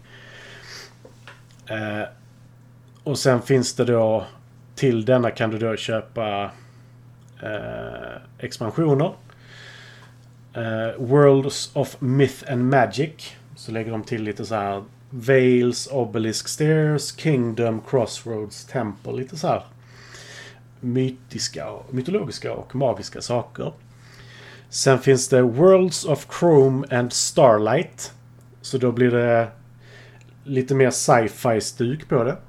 Eh, och sen finns det då, till denna kan du då köpa eh, expansioner. Eh, Worlds of Myth and Magic. Så lägger de till lite så här Vales, Obelisk Stairs, Kingdom, Crossroads, Temple. Lite så här mytiska, mytologiska och magiska saker. Sen finns det Worlds of Chrome and Starlight. Så då blir det lite mer sci-fi stuk på det.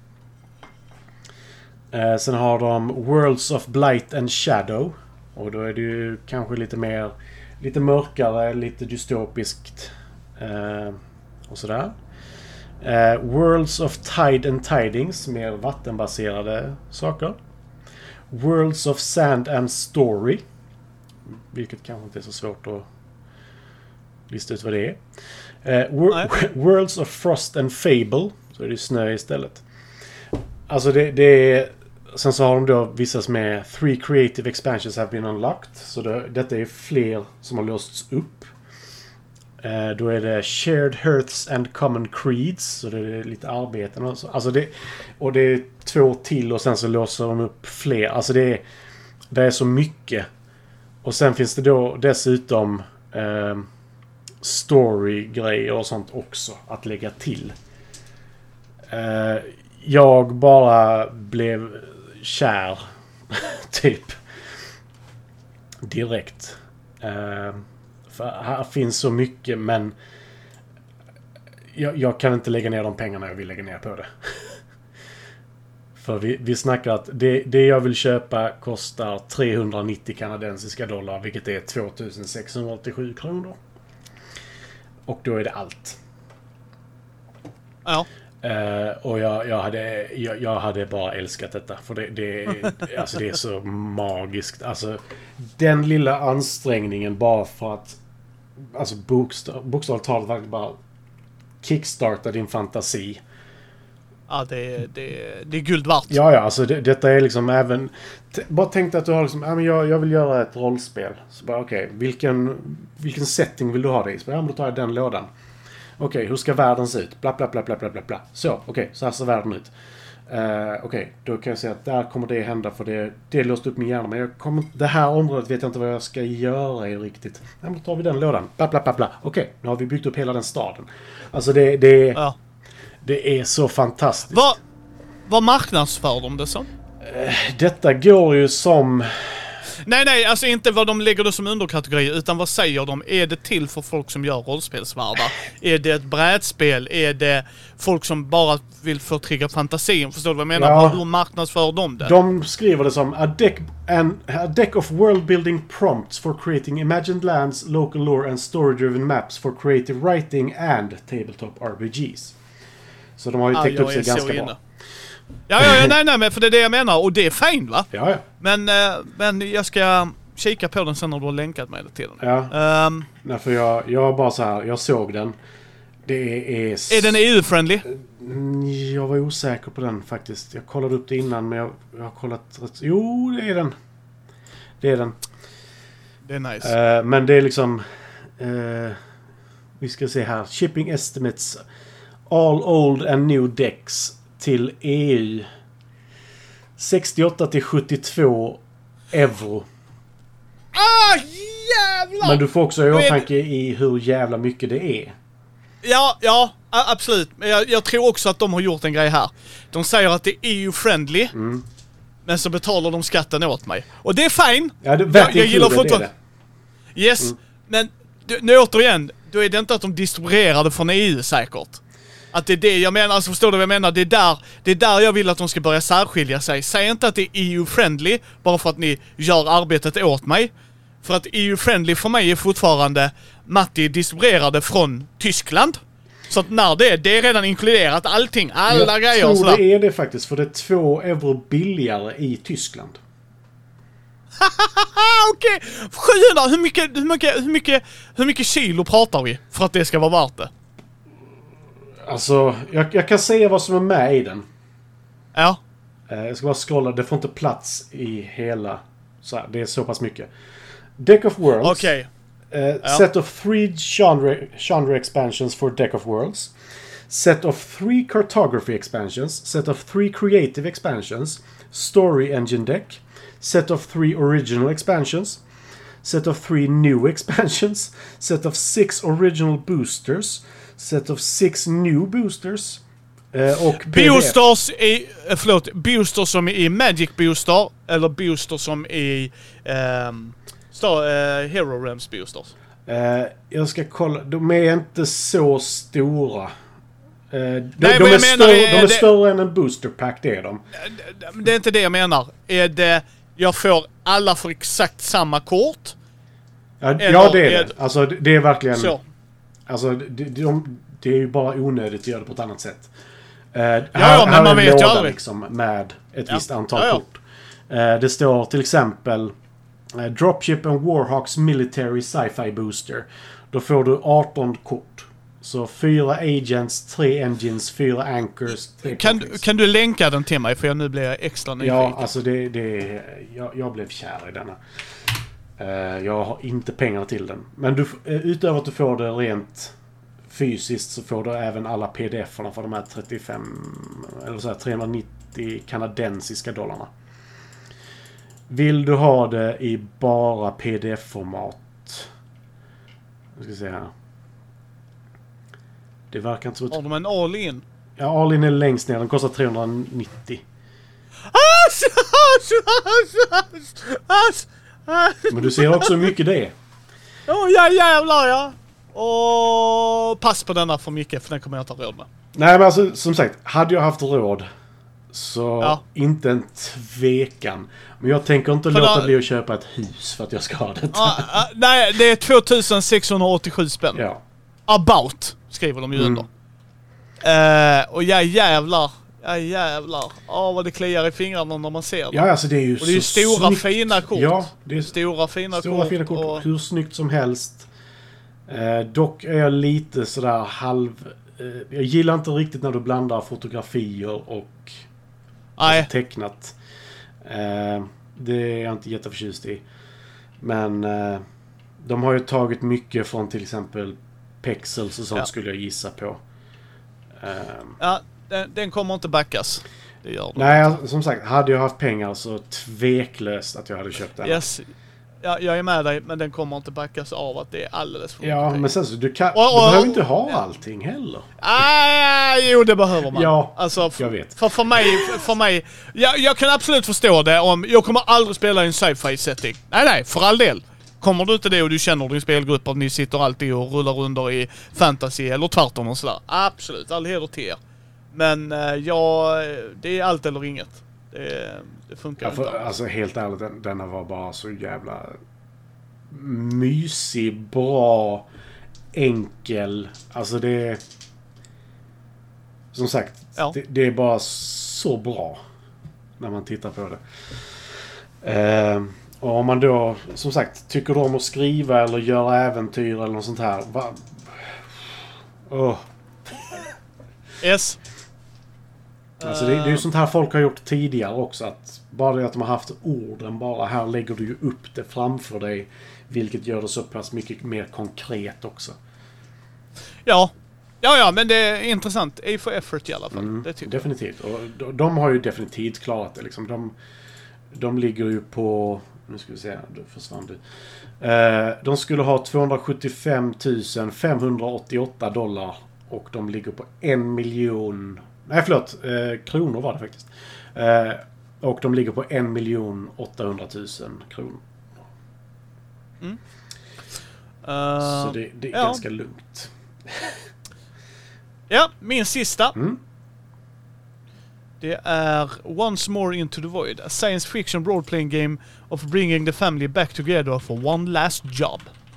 Eh, sen har de Worlds of Blight and Shadow. Och då är det ju kanske lite mer lite mörkare, lite dystopiskt eh, och sådär. Eh, Worlds of Tide and Tidings, mer vattenbaserade saker. Worlds of Sand and Story, vilket kanske inte är så svårt att lista ut vad det är. Eh, wor- Worlds of Frost and Fable, så är det snö istället. Alltså det, det är... Sen så har de då vissa som är Three creative expansions have been unlocked. Så det, detta är fler som har låsts upp. Eh, då är det Shared Hearths and Common Creeds. Så det är lite arbeten och så. Alltså det, och det är två till och sen så låser de upp fler. Alltså det är, det är så mycket. Och sen finns det då dessutom eh, story-grejer och sånt också att lägga till. Eh, jag bara blev kär typ direkt. Uh, för här finns så mycket, men jag, jag kan inte lägga ner de pengarna jag vill lägga ner på det. För vi, vi snackar att det, det jag vill köpa kostar trehundranittio kanadensiska dollar, vilket är tvåtusensexhundraåttiosju kronor. Och då är det allt. Ja. Uh, och jag, jag, hade, jag, jag hade bara älskat detta. För det, det, alltså det är så magiskt. Alltså, den lilla ansträngningen bara för att alltså bokstav, bokstavligt talat bara kickstarta din fantasi. Ja, det, det, det är guld värt. Ja, ja, alltså det, detta är liksom även... T- bara tänk att du har liksom, ja, men jag, jag vill göra ett rollspel. Så bara, okej, okay, vilken, vilken setting vill du ha det i? Så bara, ja, men då tar jag den lådan. Okej, okay, hur ska världen se ut? Bla, bla, bla, bla, bla, bla, bla. Så, okej, okay, så här ser världen ut. Uh, okej, okay, då kan jag säga att där kommer det hända för det, det låst upp min hjärna. Men jag kommer, det här området vet jag inte vad jag ska göra i riktigt. Ja, men då tar vi den lådan. Bla, bla, bla, bla. Okej, okay, nu har vi byggt upp hela den staden. Alltså det, det, ja. det är så fantastiskt. Vad, vad marknadsför de det som? Uh, detta går ju som... Nej, nej, alltså inte vad de lägger det som underkategori, utan vad säger de? Är det till för folk som gör rollspelsvärldar? Är det ett brädspel? Är det folk som bara vill förtrigga fantasin? Förstår du vad jag menar? Ja. Hur marknadsför de det? De skriver det som a deck, an, a deck of world-building prompts for creating imagined lands, local lore and story-driven maps for creative writing and tabletop R P Gs. Så de har ju Ja, täckt jag upp sig är ganska så bra. inne. Ja, ja, ja, nej, nej, men för det är det jag menar. Och det är fint, va? Ja, ja. Men, eh, men jag ska kika på den sen när du har länkat mig till den. Ja. Um, Nej, för jag, jag bara så här, jag såg den. Det är... s- är den E U-friendly? Mm, Jag var osäker på den faktiskt. Jag kollade upp det innan, men jag, jag har kollat... rätt- Jo, det är den. Det är den. Det är nice. Eh, men det är liksom... eh, vi ska se här. Shipping estimates. All old and new decks till E U. sextioåtta till sjuttiotvå euro. Ah, jävlar! Men du får också i Då är det- åtanke i hur jävla mycket det är. Ja, ja, a- absolut. Men jag, jag tror också att de har gjort en grej här. De säger att det är E U-friendly, Mm. men så betalar de skatten åt mig. Och det är fine. Ja, det, Jag- jag gillar det är fortfarande- det. Yes, Mm. men du, nu återigen, då är det inte att de distribuerar det från E U säkert. Att det är det jag menar, alltså förstår du vad jag menar? Det är där, det är där jag vill att de ska börja särskilja sig. Säg inte att det är E U-friendly bara för att ni gör arbetet åt mig. För att E U-friendly för mig är fortfarande Matti distribuerade från Tyskland. Så att när det är, det är redan inkluderat allting, alla jag grejer och tror sådär. det är det faktiskt, för det är två euro billigare i Tyskland. Haha, okej! sjuhundra, hur mycket, hur mycket, hur mycket, hur mycket kilo pratar vi för att det ska vara värt det? Alltså, jag, jag kan säga vad som är med i den. Ja. Eh, jag ska bara scrolla, det får inte plats i hela... Så här, det är så pass mycket. Deck of Worlds. Okej. Eh, Ja. Set of three genre, genre expansions for Deck of Worlds. Set of three cartography expansions. Set of three creative expansions. Story engine deck. Set of three original expansions. Set of three new expansions. Set of six original boosters. Set of six new boosters. Eh, och B D F. Boosters i, eh, förlåt, boosters som i Magic Booster eller boosters som i um, Star, uh, Hero Realms boosters. Eh, jag ska kolla. De är inte så stora. Eh, de, Nej, de, vad är, jag menar större, är de är det- större än en booster pack, det är de. Det är inte det jag menar. Är det, jag får alla för exakt samma kort? Ja, Eller ja det är är det. Alltså det det är verkligen... Så. Alltså det, de, det är ju bara onödigt att göra det på ett annat sätt. Eh, här, ja, men här man är en vet ju låda aldrig. liksom med ett Ja. visst antal Ja, ja. kort. Eh, det står till exempel eh, Dropship and Warhawks Military Sci-Fi Booster. Då får du arton kort. Så fyra agents, tre engines, fyra anchors, tre Kan, conflicts. kan du länka den till mig? För jag nu blir jag extra nyfiken. Ja, alltså det... det jag, jag blev kär i denna. Eh, jag har inte pengar till den. Men du, uh, utöver att du får det rent fysiskt så får du även alla P D F-erna för de här trettiofem... Eller så här trehundranittio kanadensiska dollarna. Vill du ha det i bara P D F-format? Nu ska vi se här. Det verkar inte så... Har de en all-in? Ja, All-in är längst ner. Den kostar trehundranittio. Men du ser också hur mycket det är. Åh, ja jävlar ja! Och pass på denna för mycket, för den kommer jag inte ha råd med. Nej, men alltså som sagt, hade jag haft råd så Ja. inte en tvekan. Men jag tänker inte För låta då- bli att köpa ett hus för att jag ska ha detta. Ah, ah, nej, det är tvåtusensexhundraåttiosju spänn. Ja. About, skriver de ju Mm. under. Eh, och ja jävlar, ja jävlar. Åh, vad det kliar i fingrarna när man ser det. Ja, alltså det är ju Och det är ju så stora snyggt. fina kort. Ja, det är Stora fina stora kort. fina kort. Och, Hur snyggt som helst. Eh, dock är jag lite sådär halv... Eh, jag gillar inte riktigt när du blandar fotografier och nej, alltså, tecknat. Eh, det är jag inte jätteförtjust i. Men eh, de har ju tagit mycket från till exempel Pexels och sånt Ja. skulle jag gissa på. Eh, ja, den, den kommer inte backas. Det gör den. nej, alltså, som sagt, hade jag haft pengar så tveklöst att jag hade köpt den. Yes. Ja, jag är med dig, men den kommer inte backas av att det är alldeles för Ja, mycket men sen så, du, kan, Och- och- du behöver inte ha ja. allting heller. Ah, Ja, jo, det behöver man. Ja, alltså, f- jag vet. För, för mig, för mig jag, jag kan absolut förstå det om jag kommer aldrig spela i en sci-fi setting. Nej, nej, för all del. Kommer du inte det och du känner din spelgrupp att ni sitter alltid och rullar under i fantasy eller tvärtom och sådär. Absolut, all heder till er. Men uh, ja, det är allt eller inget. Det, det funkar ja, för, inte. alltså helt ärligt, den, denna var bara så jävla mysig, bra, enkel. Alltså det... Som sagt, Ja. det, det är bara så bra när man tittar på det. Eh, och om man då, som sagt, tycker om att skriva eller göra äventyr eller något sånt här. Va? Oh. Yes. Alltså det, det är ju sånt här folk har gjort tidigare också. Att bara det att de har haft orden bara. Här lägger du ju upp det framför dig. Vilket gör det så pass mycket mer konkret också. Ja. Ja, ja, men det är intressant. A for effort i alla fall. Mm, det tycker definitivt. Och de, de har ju definitivt klarat det. Liksom. De, de ligger ju på... Nu ska vi se, då försvann du. Eh, de skulle ha tvåhundrasjuttiofem tusen femhundraåttioåtta dollar. Och de ligger på en miljon... Nej, förlåt. Eh, kronor var det faktiskt. Eh, och de ligger på en miljon åttahundratusen kronor. Mm. Uh, Så det, det är ja. ganska lugnt. Ja, min sista. Mm. Det är Once More Into the Void. A science fiction role-playing game of bringing the family back together for one last job.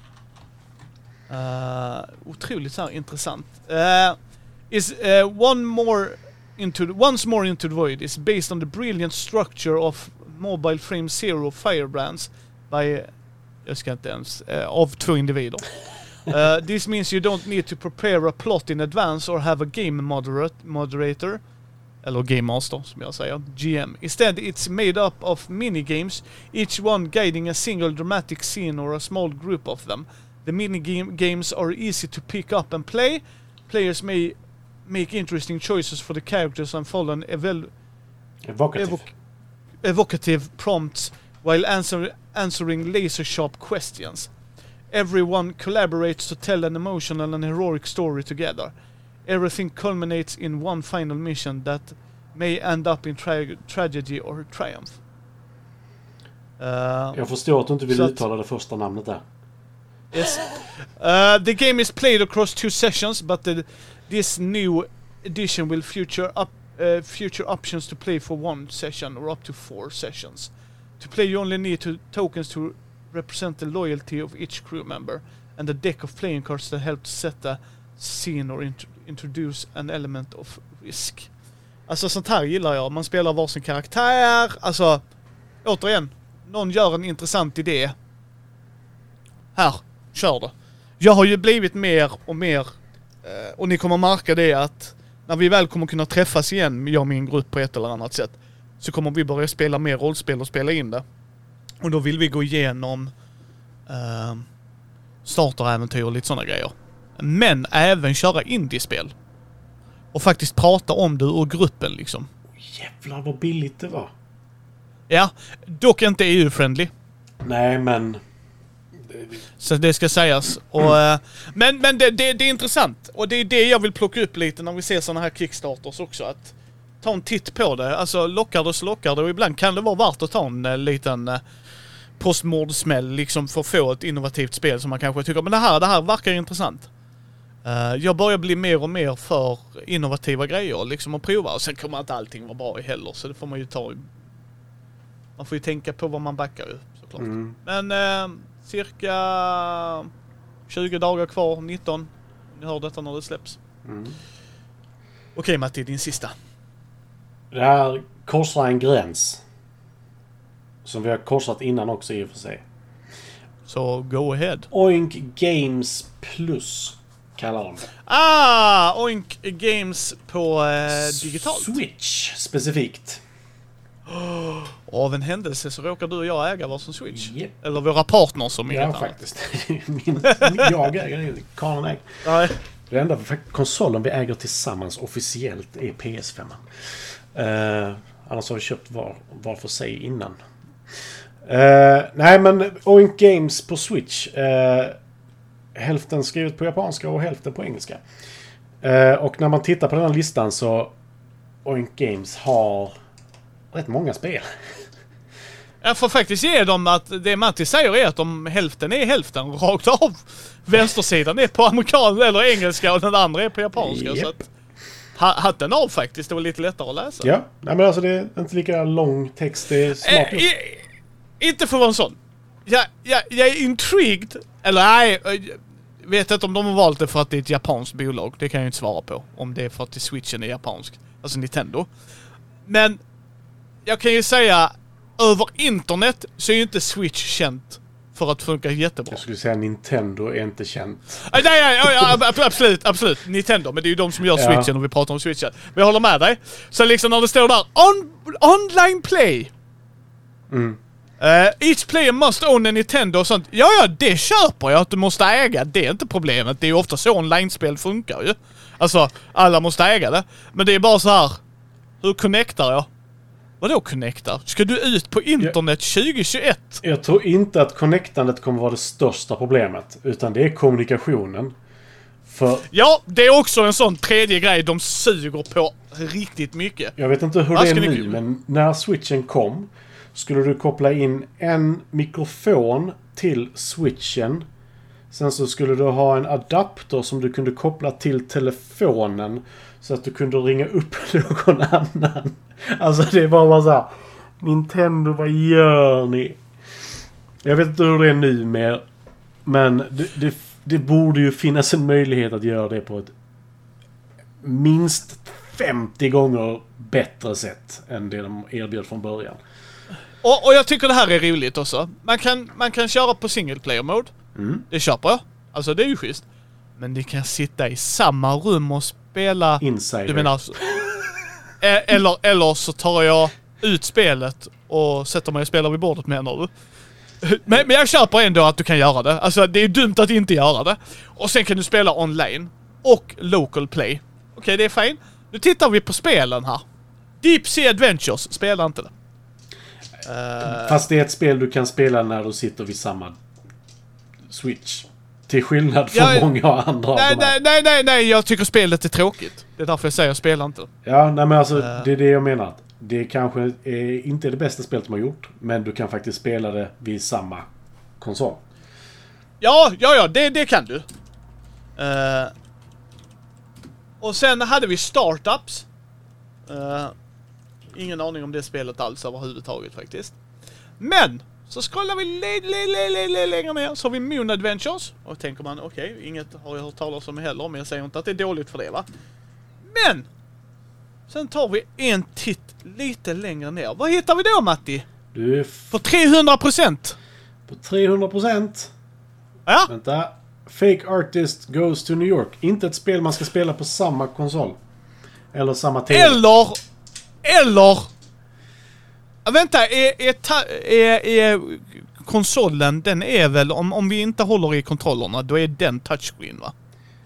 Uh, otroligt så här intressant. Uh, is uh, one more into the, Once More Into the Void is based on the brilliant structure of Mobile Frame Zero Firebrands by, jag ska inte ens, uh, av två individer. Uh, this means you don't need to prepare a plot in advance or have a game moderate, moderator, eller game master som jag säger, G M. Instead, it's made up of minigames, each one guiding a single dramatic scene or a small group of them. The minigames are easy to pick up and play. Players may make interesting choices for the characters and follow an eval- Evocative. evoc- evocative prompts while answer- answering laser-sharp questions. Everyone collaborates to tell an emotional and heroic story together. Everything culminates in one final mission that may end up in tra- tragedy or triumph. Uh, Jag förstår att du inte vill så att- uttala det första namnet där. yes. Uh, the game is played across two sessions, but the, this new edition will future up uh, future options to play for one session or up to four sessions. To play, you only need to tokens to represent the loyalty of each crew member and a deck of playing cards that help to set the scene or int- introduce an element of risk. Alltså sånt här gillar jag. Man spelar varsin karaktär. Alltså, återigen, någon gör en intressant idé. Här, kör det. Jag har ju blivit mer och mer, eh, och ni kommer märka det att när vi väl kommer kunna träffas igen, jag och min grupp på ett eller annat sätt, så kommer vi börja spela mer rollspel och spela in det. Och då vill vi gå igenom eh, starteräventyr och lite sådana grejer. Men även köra indiespel. Och faktiskt prata om det ur gruppen liksom. Jävlar vad billigt det var. Ja, dock inte E U-friendly. Nej, men... Så det ska sägas. Och, eh, men men det, det, det är intressant. Och det är det jag vill plocka upp lite när vi ser sådana här Kickstarters också. Att ta en titt på det. Alltså lockar det så lockar det. Och ibland kan det vara värt att ta en uh, liten uh, postmordsmäll liksom för att få ett innovativt spel som man kanske tycker. Men det här, det här verkar intressant. Uh, jag börjar bli mer och mer för innovativa grejer liksom att prova. Och sen kommer inte allting vara bra i heller. Så det får man ju ta. Man får ju tänka på vad man backar ju såklart. Mm. Men uh, cirka tjugo dagar kvar, nitton. Ni hör detta när det släpps. Mm. Okej Matti, din sista. Det här korsar en gräns. Som vi har korsat innan också i och för sig. Så go ahead. Oink Games Plus kallar de det. Ah! Oink Games på eh, digitalt. Switch specifikt. Av en händelse så råkar du och jag äga varsin Switch. Yep. Eller våra partners som Ja, heter. faktiskt. Min, jag äger den. Karin äger. Nej. Det enda konsolen vi äger tillsammans officiellt är P S fem. Uh, annars har vi köpt var, var för sig innan. Uh, nej, men Oink Games på Switch. Uh, hälften skrivet på japanska och hälften på engelska. Uh, och när man tittar på den här listan så Oink Games har rätt många spel. Jag får faktiskt ge dem att det Matti säger är att om hälften är hälften rakt av. Vänstersidan är på amerikan eller engelska och den andra är på japanska. Yep. Så att, hatten av faktiskt, det var lite lättare att läsa. Ja, nej, men alltså det är inte lika lång text, det är smart. Eh, i, inte för att vara en sån. Jag, jag, jag är intrigued, eller nej, jag vet inte om de har valt det för att det är ett japanskt bolag. Det kan jag inte svara på. Om det är för att Switchen är japansk. Alltså Nintendo. Men jag kan ju säga, över internet så är ju inte Switch känt för att funka jättebra. Jag skulle säga Nintendo är inte känt. Nej, nej, nej, absolut, absolut. Nintendo, men det är ju de som gör Switchen, ja. Och vi pratar om Switchen. Men jag håller med dig. Så liksom när det står där, on, online play. Mm. Uh, each player must own a Nintendo och sånt. Ja, ja, det köper jag att du måste äga. Det är inte problemet. Det är ju ofta så online-spel funkar ju. Alltså, alla måste äga det. Men det är bara så här. Hur connectar jag? Vadå connectar? Ska du ut på internet tjugo tjugoett? Jag tror inte att connectandet kommer vara det största problemet. Utan det är kommunikationen. För ja, det är också en sån tredje grej de suger på riktigt mycket. Jag vet inte hur Vad det är nu, ni... men när Switchen kom skulle du koppla in en mikrofon till Switchen. Sen så skulle du ha en adapter som du kunde koppla till telefonen så att du kunde ringa upp någon annan. Alltså det var bara så här, Nintendo, vad gör ni? Jag vet inte hur det är nu med, men det, det, det borde ju finnas en möjlighet att göra det på ett minst femtio gånger bättre sätt än det de erbjöd från början. Och, och jag tycker det här är roligt också. Man kan, man kan köra på single player mode. Mm. Det köper jag. Alltså det är ju schysst. Men ni kan sitta i samma rum och spela... Insider. Du menar alltså, eller, eller så tar jag ut spelet och sätter mig och spelar vid bordet, menar du? Men, men jag köper ändå att du kan göra det. Alltså det är dumt att inte göra det. Och sen kan du spela online. Och local play. Okej, okay, det är fint. Nu tittar vi på spelen här. Deep Sea Adventures. Spela inte det. Uh... Fast det är ett spel du kan spela när du sitter vid samma Switch. Till skillnad från ja, många andra nej, av de här. nej, nej, nej, nej, jag tycker spelet är tråkigt. Det är därför jag säger spela inte. Ja, nej men alltså uh... det är det jag menar. Det kanske är inte det bästa spelet de har gjort. Men du kan faktiskt spela det vid samma konsol. Ja, ja, ja, det, det kan du. Uh... Och sen hade vi Startups. Uh... Ingen aning om det spelet alls överhuvudtaget faktiskt. Men så scrollar vi längre ner så har vi Moon Adventures. Och tänker man, okej, okay, inget har jag hört talas om heller, men jag säger inte att det är dåligt för det, va? Men sen tar vi en titt lite längre ner. Vad hittar vi då, Matti? Du är f- på trehundra procent. På trehundra procent? Ja. Vänta. Fake Artist Goes to New York. Inte ett spel man ska spela på samma konsol. Eller samma T V. Eller... Eller... Vänta, är, är, ta, är, är konsolen, den är väl, om, om vi inte håller i kontrollerna, då är den touchscreen, va?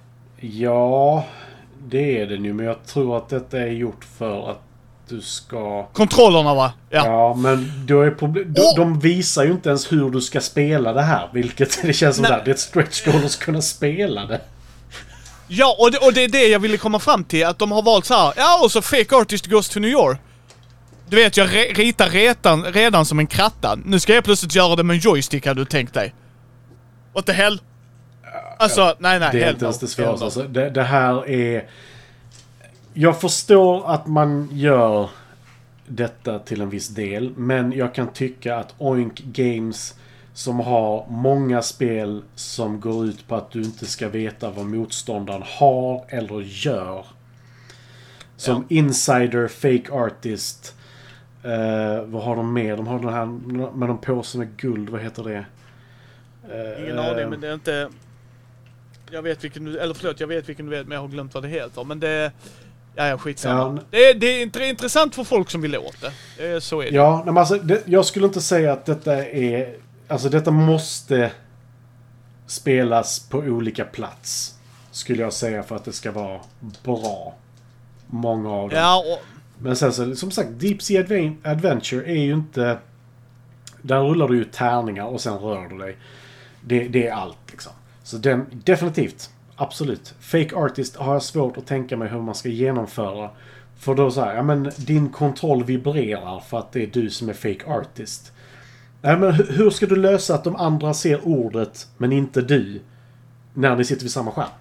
Ja, det är den ju, men jag tror att detta är gjort för att du ska... Kontrollerna, va? Ja, ja men då är problem... de, de visar ju inte ens hur du ska spela det här, vilket det känns som där. Det är ett stretch goal att kunna spela det. Ja, och det, och det är det jag ville komma fram till, att de har valt så här. Ja, och så Fake Artist Goes to New York. Du vet, jag re- ritar redan, redan som en kratta. Nu ska jag plötsligt göra det med en joystick, hade du tänkt dig. What the hell? Alltså, ja, nej, nej. Det är inte ens det svåraste. Alltså, det, det här är... Jag förstår att man gör detta till en viss del. Men jag kan tycka att Oink Games, som har många spel som går ut på att du inte ska veta vad motståndaren har eller gör. Som ja. Insider, Fake Artist... Uh, vad har de med? De har den här med de påsar med guld. Vad heter det? Uh, Ingen aning, men det är inte... Jag vet vilken du... Eller förlåt, jag vet vilken du vet, men jag har glömt vad det heter. Men det... Ja, ja, skitsamma. Ja. Det, är, det är inte intressant för folk som vill åt det. det är, så är det. Ja, men alltså, det, jag skulle inte säga att detta är... Alltså, detta måste spelas på olika plats. Skulle jag säga, för att det ska vara bra. Många av dem. Ja, och... Men sen så, som sagt, Deep Sea Adventure är ju inte... Där rullar du ju tärningar och sen rör du dig. Det, det är allt liksom. Så den, definitivt. absolut. Fake artist har jag svårt att tänka mig hur man ska genomföra. För då så här, ja men din kontroll vibrerar för att det är du som är fake artist. Ja, men hur ska du lösa att de andra ser ordet men inte du? När ni sitter vid samma skärm?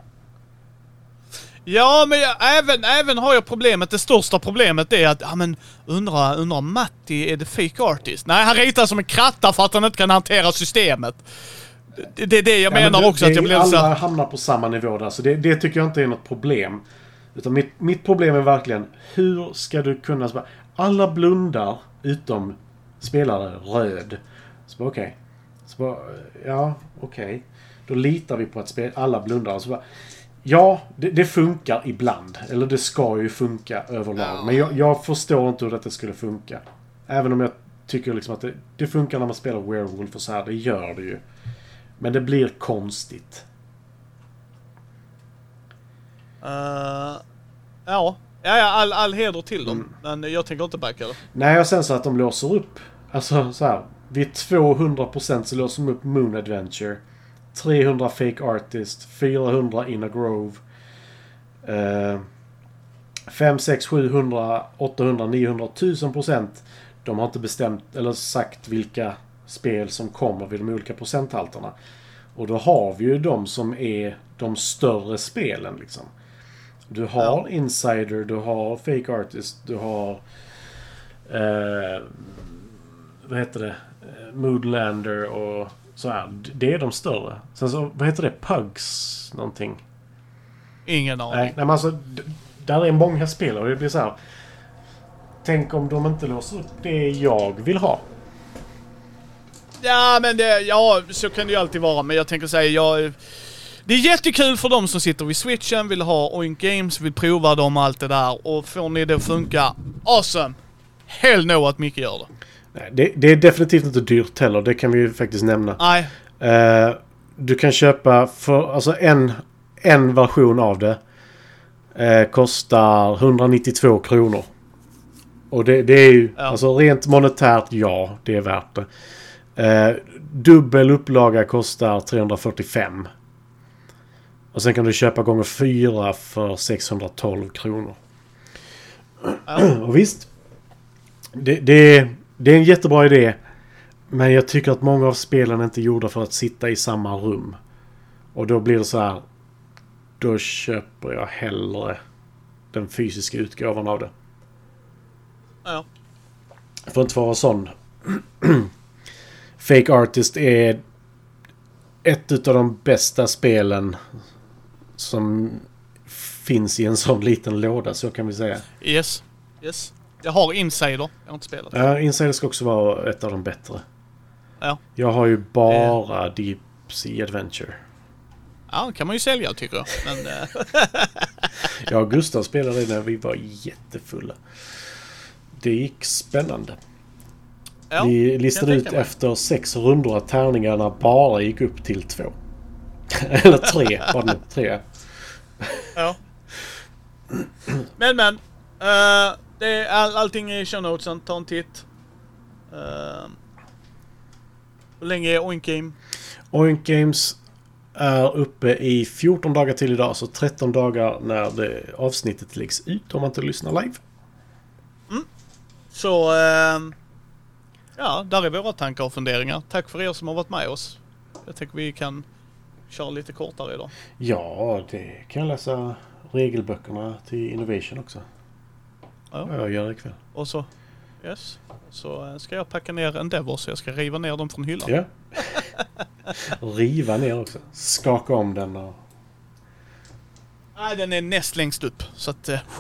Ja, men jag, även, även har jag problemet, det största problemet är att, ja men, undrar, undrar Matti, är det fake artist? Nej, han ritar som en kratta för att han inte kan hantera systemet. Det är det, det jag ja, menar men det, också. Det, att jag blir alla så... hamnar på samma nivå där, så det, det tycker jag inte är något problem. Utan mitt, mitt problem är verkligen, hur ska du kunna... Alla blundar utom spelare röd. Så okej. Okay. Ja, okej. Okay. Då litar vi på att spel, alla blundar. Så bara, ja, det, det funkar ibland. Eller det ska ju funka överlag. Ja. Men jag, jag förstår inte hur det skulle funka. Även om jag tycker liksom att det, det funkar när man spelar Werewolf och så här. Det gör det ju. Men det blir konstigt. Uh, ja, ja all, all heder till dem. Mm. Men jag tänker inte backa det. Nej, och sen så att de låser upp. Alltså så här. Vid tvåhundra procent så låser de upp Moon Adventure. trehundra Fake Artist. fyrahundra Inner Grove. Uh, fem, sex, sjuhundra, åttahundra, niohundra, tusen procent. De har inte bestämt eller sagt vilka spel som kommer vid de olika procenthalterna. Och då har vi ju de som är de större spelen liksom. Du har ja. Insider, du har Fake Artist, du har eh, vad heter det? Moodlander och så här. Det är de större. Sen så, vad heter det? Pugs någonting. Ingen aning. Nej, men alltså d- där är många spel och det blir så här. Tänk om de inte låser upp det jag vill ha. Ja, men det, ja, så kan det ju alltid vara. Men jag tänker säga, jag, det är jättekul för dem som sitter vid Switchen, vill ha Oink Games, vill prova dem och allt det där. Och får ni det att funka, awesome. Hell no att Micke gör det. Nej, det, det är definitivt inte dyrt heller, det kan vi ju faktiskt nämna. Nej. Uh, du kan köpa för, alltså en, en version av det uh, kostar etthundranittiotvå kronor. Och det, det är ju, ja. Alltså rent monetärt, ja, det är värt det. Uh, dubbel upplaga kostar trehundrafyrtiofem. Och sen kan du köpa gånger fyra för sexhundratolv kronor. Ja. Och visst, det, det, det är en jättebra idé. Men jag tycker att många av spelen inte är gjorda för att sitta i samma rum. Och då blir det så här, då köper jag hellre den fysiska utgåvan av det. Ja. För att inte vara sån. Fake Artist är ett av de bästa spelen som finns i en sån liten låda, så kan vi säga. Yes, yes. Jag har Insider, jag har inte spelat. Ja, Insider ska också vara ett av de bättre. Ja. Jag har ju bara eh. Deep Sea Adventure. Ja, kan man ju sälja tycker jag. Men, jag och Gustav spelade när vi var jättefulla. Det gick spännande. Ja, vi listade ut efter sex rundor att tärningarna bara gick upp till två. Eller tre, var det nu? Tre. Ja. Men, men. Uh, det är all, allting i show notesen. Ta en titt. Uh, hur länge är Oink Game? Oink Games är uppe i fjorton dagar till idag. Så tretton dagar när det avsnittet läggs ut om man inte lyssnar live. Mm. Så... Uh, ja, där är våra tankar och funderingar. Tack för er som har varit med oss. Jag tänker vi kan köra lite kortare idag. Ja, det kan jag läsa regelböckerna till Innovation också. Ja. Jag gör det ikväll. Och så, yes. Så ska jag packa ner Endeavor så jag ska riva ner dem från hyllan. Ja. Riva ner också. Skaka om den och... Nej, den är näst längst upp. Så att... uh,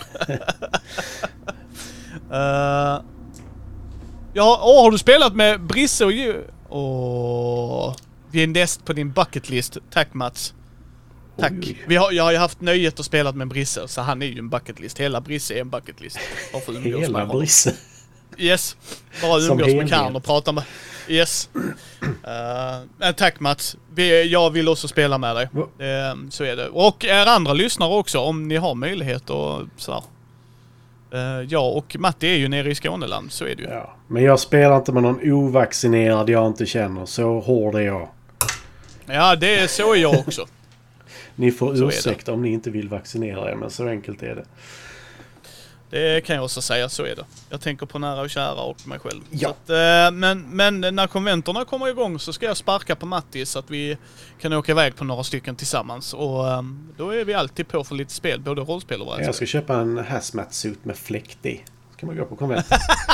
ja, åh, har du spelat med Brisse och ju... Åh... Vi är näst på din bucketlist. Tack Mats. Tack. Oj. Vi har, jag har ju haft nöjet att spela med Brisse, så han är ju en bucketlist. Hela Brisse är en bucketlist. Hela Brisse? Yes. Bara umgås med Karn och prata med... Yes. Uh, men tack Mats. Vi, jag vill också spela med dig. Uh, så är det. Och er andra lyssnare också, om ni har möjlighet och så uh, ja, och Matti är ju nere i Skåneland, så är det ju. Ja, men jag spelar inte med någon ovaccinerad jag inte känner. Så hård är jag. Ja, det är så är jag också. Ni får ursäkta om ni inte vill vaccinera er, men så enkelt är det. Det kan jag också säga, så är det. Jag tänker på nära och kära och mig själv. Ja. Så att, eh, men, men när konventerna kommer igång så ska jag sparka på Matti så att vi kan åka iväg på några stycken tillsammans. Och eh, då är vi alltid på för lite spel, både rollspel och brädspel. Jag ska köpa en hazmat-suit med fläkt i. Så kan man gå på konvent.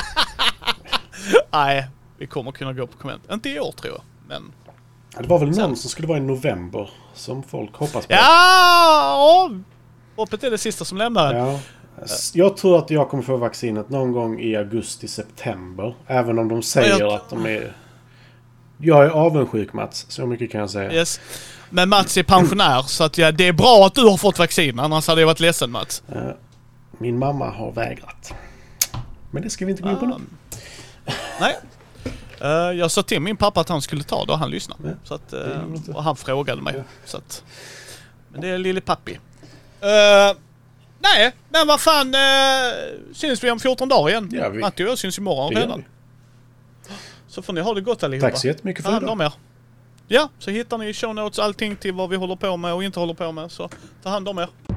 Nej, vi kommer kunna gå på konvent. Inte i år tror jag, men... Ja, det var väl någon Sen. som skulle vara i november som folk hoppas på. Ja! Hoppet är det sista som lämnar. Ja. Jag tror att jag kommer få vaccinet någon gång i augusti-september. Även om de säger jag... att de är... Jag är avundsjuk, Mats. Så mycket kan jag säga. Yes. Men Mats är pensionär så att ja, det är bra att du har fått vaccin. Annars hade jag varit ledsen, Mats. Min mamma har vägrat. Men det ska vi inte gå in på nu. Nej. Uh, jag sa till min pappa att han skulle ta det och han lyssnade. Ja, så att, uh, och han frågade mig. Ja. Så att, men det är lille pappi. Uh, nej, men vad fan. Uh, syns vi om fjorton dagar igen? Ja, vi... Matti och jag syns imorgon det redan. Så får ni ha det gott allihopa. Tack så jättemycket för ta hand om er. Ja, så hittar ni i show notes allting till vad vi håller på med och inte håller på med. Så ta hand om er.